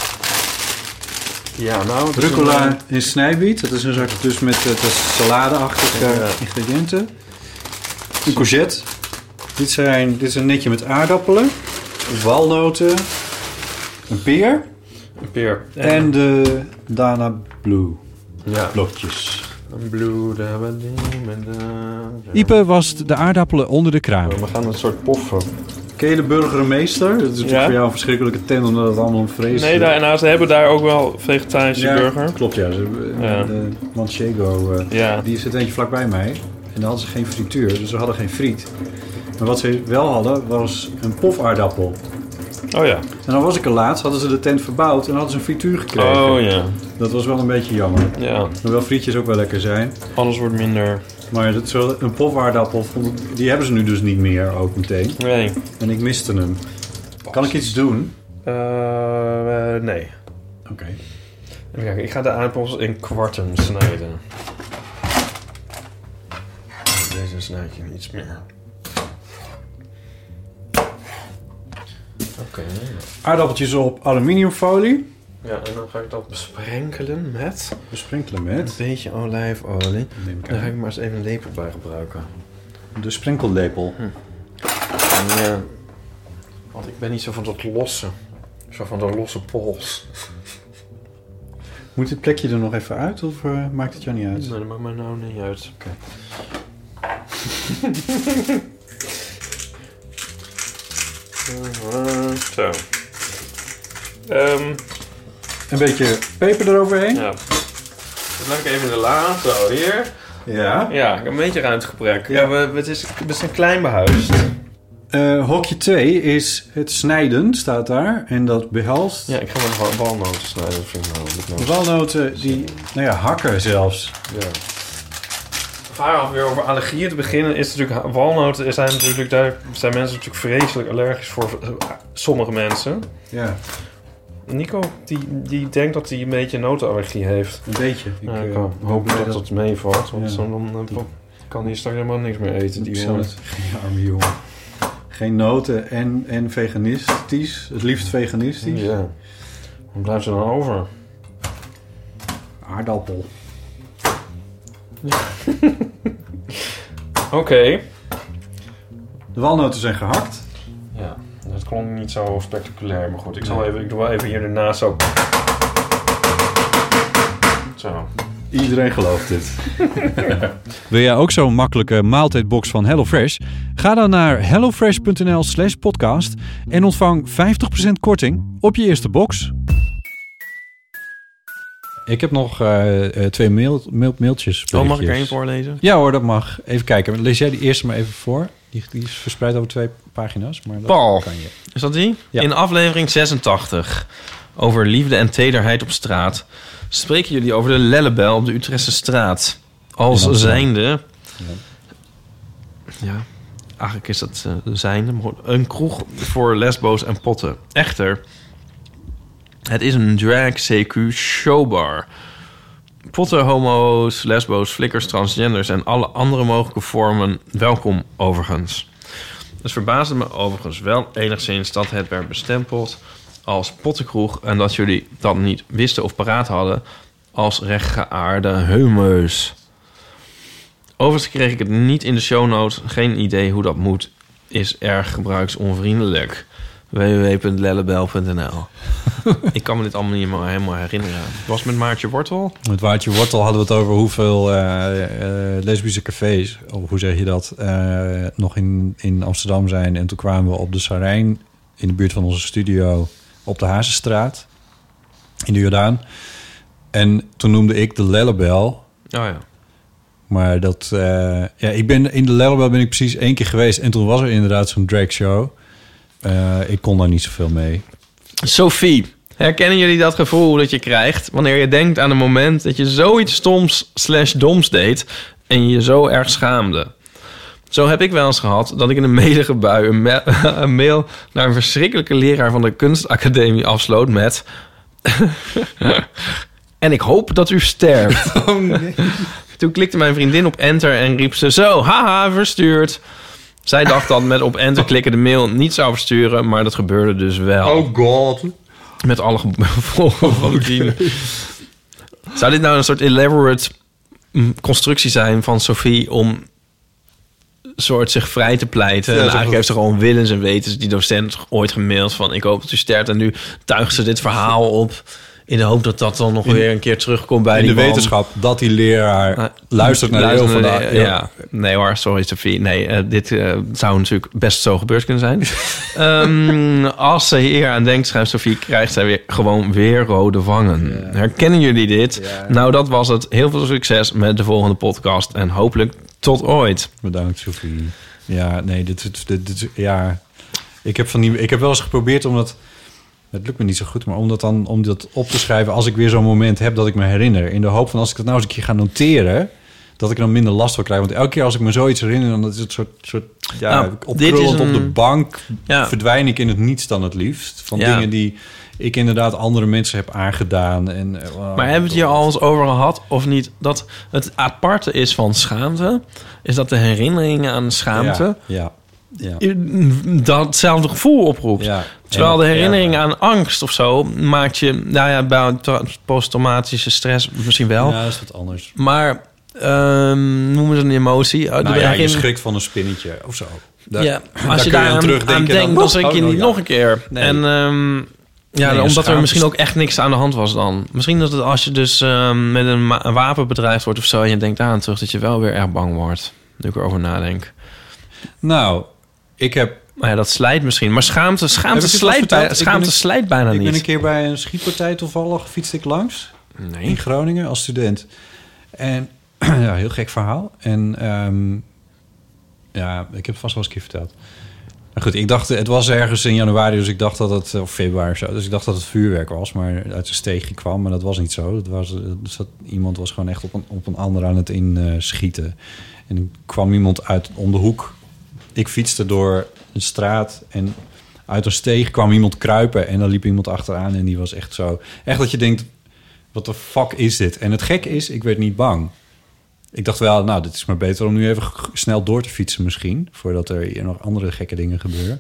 Ja, nou... Rucola in snijbiet. Dat is een soort dus met salade-achtige ingrediënten. Een courgette. Dit is een netje met aardappelen. Walnoten. Een peer. En de Dana Blue. Ja. Blokjes. Een blue... Ipe wast de aardappelen onder de kraan. We gaan een soort poffen. Ken je de Burgermeester? Dat is natuurlijk voor jou een verschrikkelijke tent, omdat het allemaal vreselijk... Nee, ze hebben daar ook wel vegetarische burger. Klopt, ja. De Manchego, die zit eentje vlakbij mij. En dan hadden ze geen frituur, dus ze hadden geen friet. Maar wat ze wel hadden, was een pofaardappel. Oh ja. En dan was ik er laatst, hadden ze de tent verbouwd en hadden ze een frituur gekregen. Oh ja. Dat was wel een beetje jammer. Ja. Hoewel frietjes ook wel lekker zijn. Alles wordt minder... Maar een pofaardappel, die hebben ze nu dus niet meer ook meteen. Nee. En ik miste hem. Kan ik iets doen? Nee. Oké. Even kijken, ik ga de aardappels in kwarten snijden. Deze snijd je iets meer. Oké. Aardappeltjes op aluminiumfolie. Ja, en dan ga ik dat besprenkelen met... Een beetje olijfolie. Daar ga ik maar eens even een lepel bij gebruiken. De sprenkellepel. Ja. Want ik ben niet zo van dat losse. Zo van de losse pols. Moet dit plekje er nog even uit of maakt het jou niet uit? Nee, dat maakt mij nou niet uit. Oké. Zo. Een beetje peper eroverheen. Ja. Dat laat ik even in de la. Zo, hier. Ja. Ja, ik heb een beetje ruimtegebrek. Ja, we zijn klein behuisd. Hokje 2 is het snijden, staat daar. En dat behelst... Ja, ik ga maar walnoten snijden. Dat vind ik nou de walnoten, die hakken zelfs. Ja. Vaar weer over allergieën te beginnen is natuurlijk... Walnoten zijn natuurlijk... Daar zijn mensen natuurlijk vreselijk allergisch voor. Sommige mensen. Ja. Nico, die denkt dat hij een beetje notenallergie heeft. Een beetje. Ik hoop dat het meevalt. Want dan kan hij straks helemaal niks meer eten. Die geen arme jongen. Geen noten en veganistisch. Het liefst veganistisch. Ja. Wat blijft er dan over? Aardappel. Oké. De walnoten zijn gehakt. Ja, dat klonk niet zo spectaculair. Maar goed, ik doe wel even hier ernaast zo. Zo. Iedereen gelooft dit. Wil jij ook zo'n makkelijke maaltijdbox van HelloFresh? Ga dan naar hellofresh.nl/podcast en ontvang 50% korting op je eerste box. Ik heb nog 2 mailtjes. Mag ik er één voorlezen? Ja hoor, dat mag. Even kijken. Lees jij die eerste maar even voor. Die is verspreid over 2 pagina's. Maar dat Paul, kan je. Is dat die? Ja. In aflevering 86 over liefde en tederheid op straat... spreken jullie over de Lellebel op de Utrechtse straat. Als zijnde... Ja, eigenlijk is dat zijnde. Een kroeg voor lesbo's en potten. Echter... Het is een drag CQ showbar. Potten, homo's, lesbo's, flikkers, transgenders en alle andere mogelijke vormen welkom overigens. Het verbaasde me overigens wel enigszins dat het werd bestempeld als pottenkroeg en dat jullie dat niet wisten of paraat hadden als rechtgeaarde homo's. Overigens kreeg ik het niet in de shownotes. Geen idee hoe dat moet. Is erg gebruiksonvriendelijk. www.lellebel.nl Ik kan me dit allemaal niet helemaal herinneren. Het was met Maartje Wortel. Met Maartje Wortel hadden we het over hoeveel lesbische cafés, of hoe zeg je dat, nog in Amsterdam zijn. En toen kwamen we op de Sarijn, in de buurt van onze studio, op de Hazenstraat, in de Jordaan. En toen noemde ik de Lellebel. Oh ja. Maar dat... ik ben in de Lellebel ben ik precies 1 keer geweest. En toen was er inderdaad zo'n dragshow. Ik kon daar niet zoveel mee. Sophie, herkennen jullie dat gevoel dat je krijgt wanneer je denkt aan een moment dat je zoiets stoms/doms deed en je zo erg schaamde? Zo heb ik wel eens gehad dat ik in een melige bui een mail naar een verschrikkelijke leraar van de kunstacademie afsloot met... En ik hoop dat u sterft. Oh nee. Toen klikte mijn vriendin op enter en riep ze zo, haha, verstuurd. Zij dacht dat met op enter klikken de mail niet zou versturen, maar dat gebeurde dus wel. Oh god. Met alle gevolgen van dien. Zou dit nou een soort elaborate constructie zijn van Sophie om soort zich vrij te pleiten? En eigenlijk heeft ze gewoon willens en wetens die docent ooit gemaild van ik hoop dat u sterft. En nu tuigt ze dit verhaal op in de hoop dat dat dan nog weer een keer terugkomt bij in die de man. wetenschap dat die leraar luistert naar de heel vandaag. Ja. Nee hoor, sorry Sophie. Nee, dit zou natuurlijk best zo gebeurd kunnen zijn. Als ze hier aan denkt, schrijft Sophie, krijgt zij gewoon weer rode wangen. Ja. Herkennen jullie dit? Ja. Nou, dat was het. Heel veel succes met de volgende podcast en hopelijk tot ooit. Bedankt Sophie. Ja, nee, dit ja. Ik heb wel eens geprobeerd om dat. Het lukt me niet zo goed, maar om dat op te schrijven als ik weer zo'n moment heb dat ik me herinner. In de hoop van als ik dat nou eens een keer ga noteren, dat ik er dan minder last van krijg. Want elke keer als ik me zoiets herinner, dan is het soort opkrullend op de bank. Ja. Verdwijn ik in het niets dan het liefst. Van dingen die ik inderdaad andere mensen heb aangedaan. Maar hebben we het hier al eens over gehad of niet? Dat het aparte is van schaamte, is dat de herinneringen aan schaamte datzelfde gevoel oproept. Ja. Terwijl de herinnering aan angst of zo maakt je, bij posttraumatische stress misschien wel. Ja, dat is wat anders. Maar noemen ze een emotie. Je schrikt van een spinnetje of zo. Als je daar aan denkt, dan schrik je niet nog een keer. Nee. En omdat er misschien ook echt niks aan de hand was dan. Misschien dat het als je dus met een wapen bedreigd wordt of zo en je denkt aan terug dat je wel weer erg bang wordt. Nu ik erover nadenk. Nou, ik heb... Maar dat slijt misschien. Maar schaamte slijt bijna niet. Ik ben een keer bij een schietpartij toevallig fietste ik langs. Nee. In Groningen als student. En heel gek verhaal. En ik heb het vast wel eens een keer verteld. Maar goed, ik dacht, het was ergens in januari, dus ik dacht dat het, of februari of zo, dus ik dacht dat het vuurwerk was, maar uit een steegje kwam, maar dat was niet zo. Iemand was gewoon echt op een ander aan het inschieten. En er kwam iemand uit om de hoek. Ik fietste door een straat en uit een steeg kwam iemand kruipen en dan liep iemand achteraan en die was echt zo. Echt dat je denkt, wat de fuck is dit? En het gekke is, ik werd niet bang. Ik dacht wel, nou, dit is maar beter om nu even snel door te fietsen misschien, voordat er hier nog andere gekke dingen gebeuren.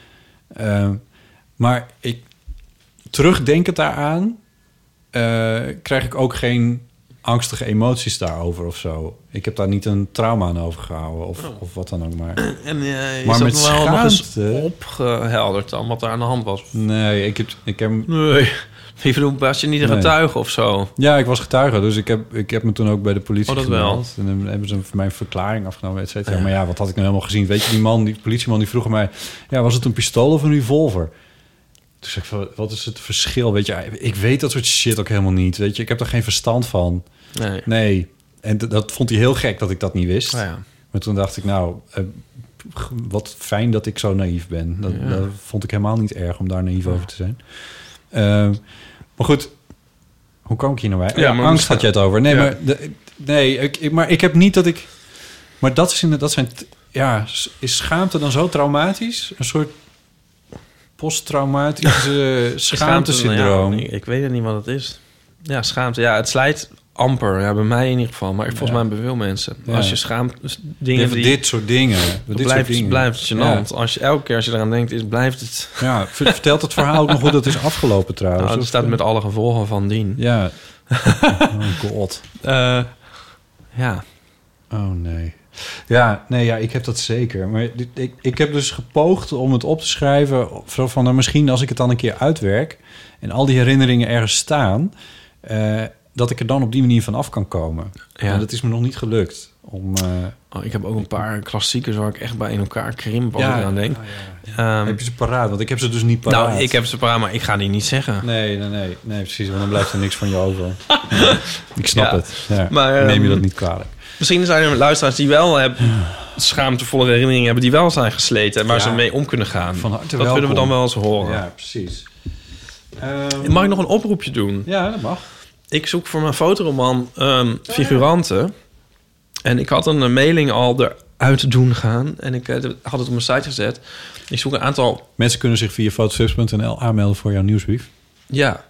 Maar terugdenkend daaraan krijg ik ook geen angstige emoties daarover of zo. Ik heb daar niet een trauma aan overgehouden of wat dan ook maar. En is maar dat met wel nog eens schaamte opgehelderd dan wat er aan de hand was? Nee, ik heb Nee. Ik bedoel, was je niet een getuige of zo? Ja, ik was getuige, dus ik heb me toen ook bij de politie gemeld. En dan hebben ze mijn verklaring afgenomen, et cetera. Ja. Maar ja, wat had ik nou helemaal gezien? Weet je, die politieman die vroeg mij, ja, was het een pistool of een revolver? Toen zei ik van, wat is het verschil? Weet je, ik weet dat soort shit ook helemaal niet. Weet je, ik heb er geen verstand van. Nee. En dat vond hij heel gek dat ik dat niet wist. Ja. Maar toen dacht ik, nou, wat fijn dat ik zo naïef ben. Dat vond ik helemaal niet erg om daar naïef over te zijn. Maar goed, hoe kwam ik hier nou bij? Ja, angst had je het over. Nee, maar ik heb niet dat ik... Maar is schaamte dan zo traumatisch? Een soort posttraumatische schaamtesyndroom? Ik weet het niet wat het is. Ja, schaamte. Ja, het slijt amper. Ja, bij mij in ieder geval. Maar volgens mij bij veel mensen. Ja. Als je schaamt... dit soort dingen. Blijft het gênant. Ja. Elke keer als je eraan denkt, blijft het... Ja, vertelt het verhaal ook nog hoe dat is afgelopen trouwens? Nou, het staat met alle gevolgen van dien. Ja. Oh god. Ja. Oh nee. Ja, ik heb dat zeker. Maar ik heb dus gepoogd om het op te schrijven... van misschien als ik het dan een keer uitwerk... en al die herinneringen ergens staan... dat ik er dan op die manier van af kan komen. Ja. En dat is me nog niet gelukt. Ik heb ook een paar klassiekers waar ik echt bij in elkaar krimp als ik aan denk. Heb je ze paraat? Want ik heb ze dus niet paraat. Nou, ik heb ze paraat, maar ik ga die niet zeggen. Nee, precies. Want dan blijft er niks van je over. Ik snap het. Ja, maar neem je dat niet kwalijk. Misschien zijn er luisteraars die wel schaamtevolle herinneringen hebben... die wel zijn gesleten en waar ze mee om kunnen gaan. Van harte dat willen we dan wel eens horen. Ja, precies. Mag ik nog een oproepje doen? Ja, dat mag. Ik zoek voor mijn fotoroman figuranten. En ik had een mailing al eruit doen gaan. En ik had het op mijn site gezet. Ik zoek een aantal... Mensen kunnen zich via fotostrips.nl aanmelden voor jouw nieuwsbrief. Ja.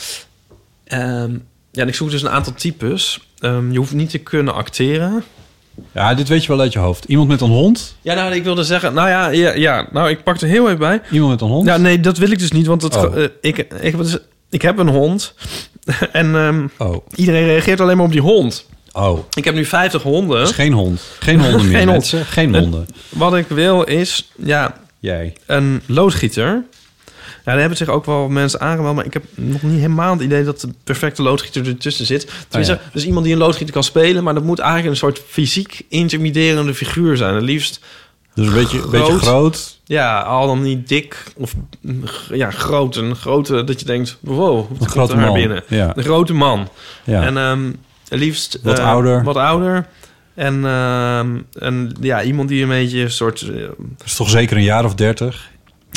En ik zoek dus een aantal types. Je hoeft niet te kunnen acteren. Ja, dit weet je wel uit je hoofd. Iemand met een hond? Ja, nou, ik wilde zeggen... Nou, ik pak er heel even bij. Iemand met een hond? Ja, nee, dat wil ik dus niet. Want ik heb een hond. En iedereen reageert alleen maar op die hond. Oh. Ik heb nu 50 honden. Dat is geen hond. Geen honden meer, mensen. Geen honden. Wat ik wil is... Jij. Een loodgieter. Ja, daar hebben zich ook wel mensen aangemeld. Maar ik heb nog niet helemaal het idee dat de perfecte loodgieter ertussen zit. Tenminste, dus iemand die een loodgieter kan spelen. Maar dat moet eigenlijk een soort fysiek intimiderende figuur zijn. Het liefst dus een beetje groot. Ja, al dan niet dik. Of groot. Een grote dat je denkt, wow, wat komt er naar binnen? Ja. Een grote man. Ja. En het liefst... Wat ouder. Wat ouder. En iemand die een beetje een soort... Dat is toch zeker een jaar of 30?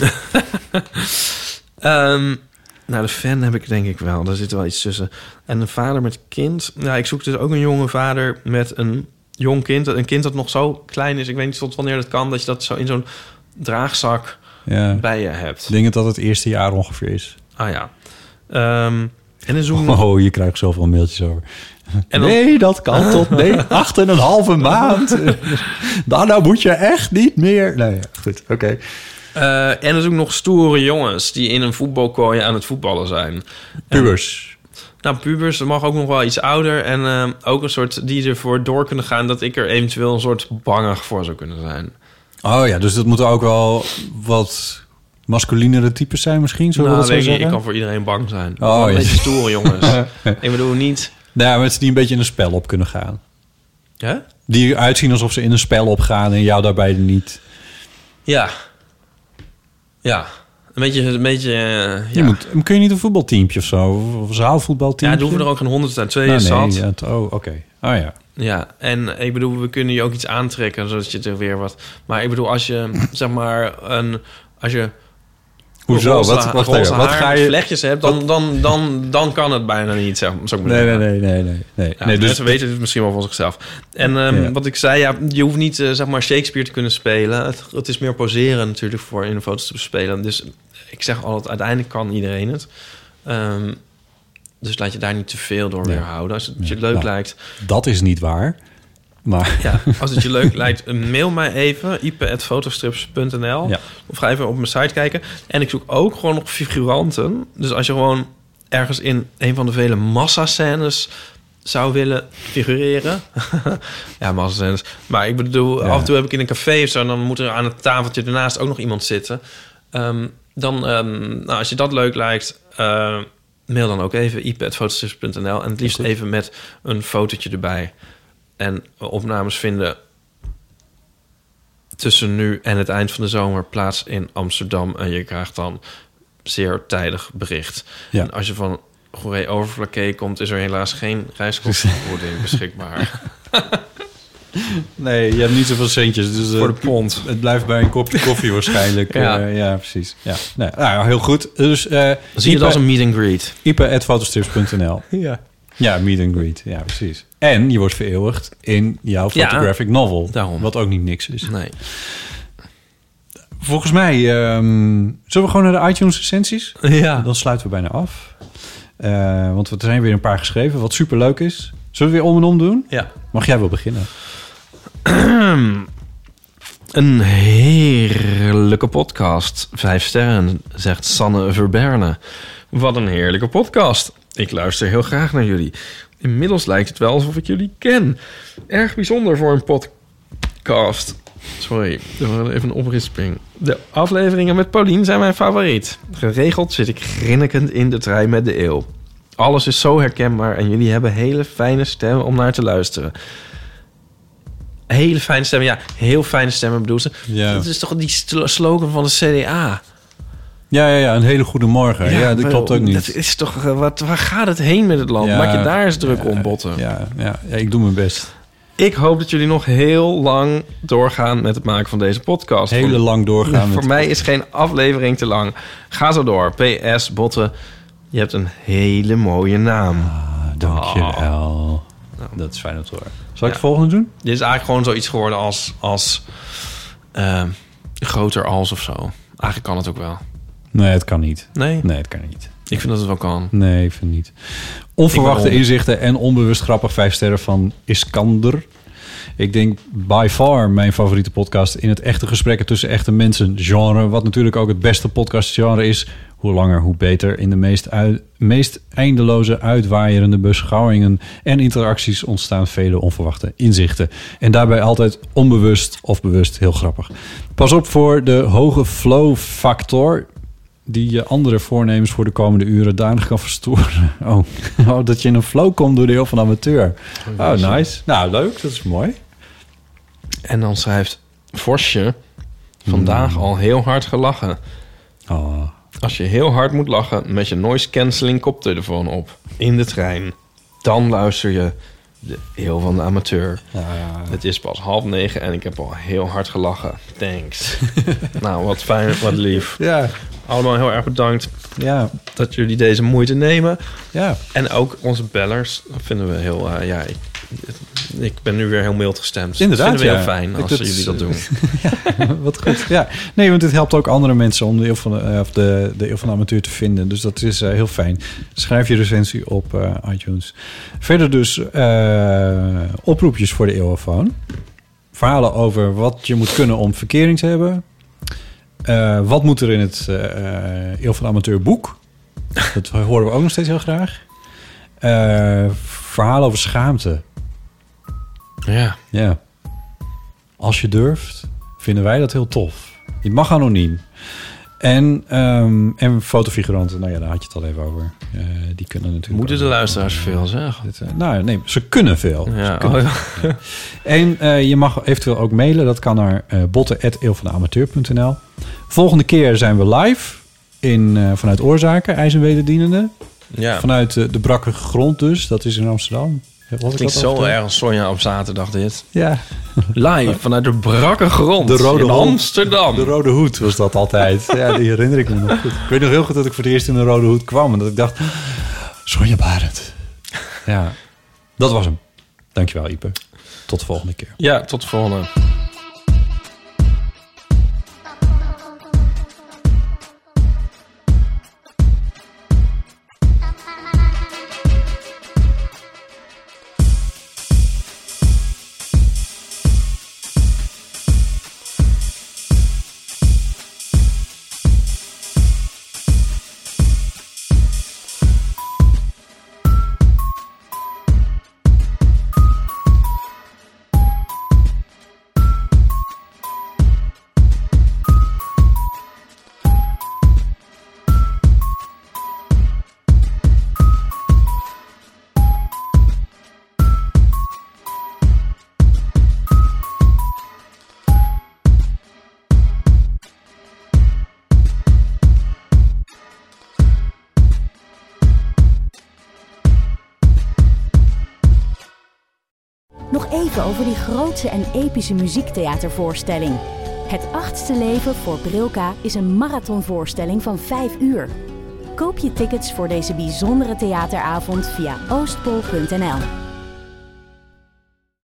Nou, de fan heb ik denk ik wel. Daar zit wel iets tussen. En een vader met kind. Ja, ik zoek dus ook een jonge vader met een jong kind. Een kind dat nog zo klein is. Ik weet niet tot wanneer dat kan. Dat je dat zo in zo'n draagzak bij je hebt. Ik denk dat het eerste jaar ongeveer is. Ah ja. En dan zoek je krijgt zoveel mailtjes over. En dan... Nee, dat kan tot 8,5 maand. Daarna moet je echt niet meer. Nou ja, goed, oké. En er zijn ook nog stoere jongens die in een voetbalkooi aan het voetballen zijn. Pubers. Pubers, dat mag ook nog wel iets ouder. En ook een soort die ervoor door kunnen gaan... dat ik er eventueel een soort bangig voor zou kunnen zijn. Oh ja, dus dat moeten ook wel wat masculinere types zijn misschien? Zullen we dat zo zeggen? Ik kan voor iedereen bang zijn. Oh, een beetje stoere jongens. Ik bedoel niet... Ja, mensen die een beetje in een spel op kunnen gaan. Ja? Die uitzien alsof ze in een spel opgaan en jou daarbij niet... Ja. Ja. Een beetje kun je niet een voetbalteampje of zo? Of een zaalvoetbalteampje? Ja, er hoeven er ook geen 100 te zijn. 2 is zat. Oké. Oh ja. Ja, en ik bedoel, we kunnen je ook iets aantrekken... zodat je er weer wat... Maar ik bedoel, als je, zeg maar, Hoezo? Wat ga je... vlechtjes hebt, dan kan het bijna niet, zou ik maar zeggen. Nee. Ja, dus mensen weten het misschien wel van zichzelf. En wat ik zei, je hoeft niet zeg maar Shakespeare te kunnen spelen. Het is meer poseren natuurlijk voor in de foto's te spelen. Dus ik zeg altijd, uiteindelijk kan iedereen het. Dus laat je daar niet te veel door weerhouden. Als het je leuk lijkt. Dat is niet waar. Maar... Ja, als het je leuk lijkt, mail mij even. ipe@fotostrips.nl. Ja. Of ga even op mijn site kijken. En ik zoek ook gewoon nog figuranten. Dus als je gewoon ergens in een van de vele massascènes zou willen figureren. Ja, massascènes. Maar ik bedoel, af en toe heb ik in een café of zo... dan moet er aan het tafeltje ernaast ook nog iemand zitten. Als je dat leuk lijkt... mail dan ook even ipe@fotostrips.nl. En het liefst even met een fotootje erbij. En opnames vinden tussen nu en het eind van de zomer plaats in Amsterdam. En je krijgt dan zeer tijdig bericht. Ja. En als je van Goeree-Overflakkee komt... is er helaas geen reiskostenvergoeding beschikbaar. Nee, je hebt niet zoveel centjes. Dus, voor de pond. Het blijft bij een kopje koffie waarschijnlijk. Ja, precies. Ja. Nee, heel goed. Dus, zie je het als een meet and greet. ipe@fotostrips.nl. Ja, meet and greet. Ja, precies. En je wordt vereeuwigd in jouw photographic novel. Daarom. Wat ook niet niks is. Nee. Volgens mij... zullen we gewoon naar de iTunes recensies? Ja. Dan sluiten we bijna af. Want er zijn weer een paar geschreven, wat superleuk is. Zullen we weer om en om doen? Ja. Mag jij wel beginnen? Een heerlijke podcast. 5 sterren, zegt Sanne Verberne. Wat een heerlijke podcast. Ik luister heel graag naar jullie. Inmiddels lijkt het wel alsof ik jullie ken. Erg bijzonder voor een podcast. Sorry, even een oprisping. De afleveringen met Paulien zijn mijn favoriet. Geregeld zit ik grinnikend in de trein met de eeuw. Alles is zo herkenbaar en jullie hebben hele fijne stemmen om naar te luisteren. Hele fijne stemmen, ja. Heel fijne stemmen bedoel ze. Ja. Dat is toch die slogan van de CDA? Ja, een hele goede morgen. Ja, dat klopt ook niet. Dat is toch, waar gaat het heen met het land? Ja, maak je daar eens druk om, Botten. Ja, ik doe mijn best. Ik hoop dat jullie nog heel lang doorgaan met het maken van deze podcast. Heel lang doorgaan. Voor mij is geen aflevering te lang. Ga zo door. PS, Botten, je hebt een hele mooie naam. Dankjewel. Nou, dat is fijn om te horen. Zal ik het volgende doen? Dit is eigenlijk gewoon zoiets geworden als groter als of zo. Eigenlijk kan het ook wel. Nee, het kan niet. Nee, het kan niet. Ik vind dat het wel kan. Nee, ik vind niet. Onverwachte inzichten en onbewust grappig 5 sterren van Iskander. Ik denk by far mijn favoriete podcast in het echte gesprekken tussen echte mensen genre. Wat natuurlijk ook het beste podcastgenre is. Hoe langer, hoe beter. In de meest eindeloze, uitwaaierende beschouwingen en interacties ontstaan vele onverwachte inzichten. En daarbij altijd onbewust of bewust heel grappig. Pas op voor de hoge flow-factor die je andere voornemens voor de komende uren danig kan verstoren. Oh, dat je in een flow komt door de heel van amateur. Oh, nice. Nou, leuk. Dat is mooi. En dan schrijft Vosje... Vandaag al heel hard gelachen. Oh. Als je heel hard moet lachen met je noise cancelling koptelefoon op in de trein, dan luister je de eeuw van de amateur. Ja. Het is pas 8:30 en ik heb al heel hard gelachen. Thanks. Nou, wat fijn, wat lief. Ja. Allemaal heel erg bedankt dat jullie deze moeite nemen. Ja. En ook onze bellers, dat vinden we heel... ik ben nu weer heel mild gestemd. Inderdaad, dat vinden we heel fijn als jullie dat doen. Ja, wat goed. Ja. Nee, want het helpt ook andere mensen om de eeuw van de amateur te vinden. Dus dat is heel fijn. Schrijf je recensie op iTunes. Verder dus oproepjes voor de eeuwofoon. Verhalen over wat je moet kunnen om verkering te hebben. Wat moet er in het eeuw van de amateur boek? Dat horen we ook nog steeds heel graag. Verhalen over schaamte. Ja. Als je durft, vinden wij dat heel tof. Het mag anoniem. En fotofiguranten, nou ja, daar had je het al even over. Die kunnen natuurlijk... Moeten de luisteraars veel zeggen? Nee, ze kunnen veel. Ja. En je mag eventueel ook mailen. Dat kan naar botten@eeuwvandeamateur.nl. Volgende keer zijn we live vanuit Oorzaken, IJs en Wederdienende. Ja. Vanuit de brakke grond dus. Dat is in Amsterdam. Het klinkt zo erg als Sonja op zaterdag dit. Ja. Live vanuit de brakke grond in Amsterdam. De Rode Hoed was dat altijd. Ja, die herinner ik me nog goed. Ik weet nog heel goed dat ik voor het eerst in de Rode Hoed kwam. En dat ik dacht, Sonja Barend. Ja, dat was hem. Dankjewel, Ipe. Tot de volgende keer. Ja, tot de volgende. Nog even over die grootse en epische muziektheatervoorstelling. Het 8e leven voor Brilka is een marathonvoorstelling van 5 uur. Koop je tickets voor deze bijzondere theateravond via oostpol.nl.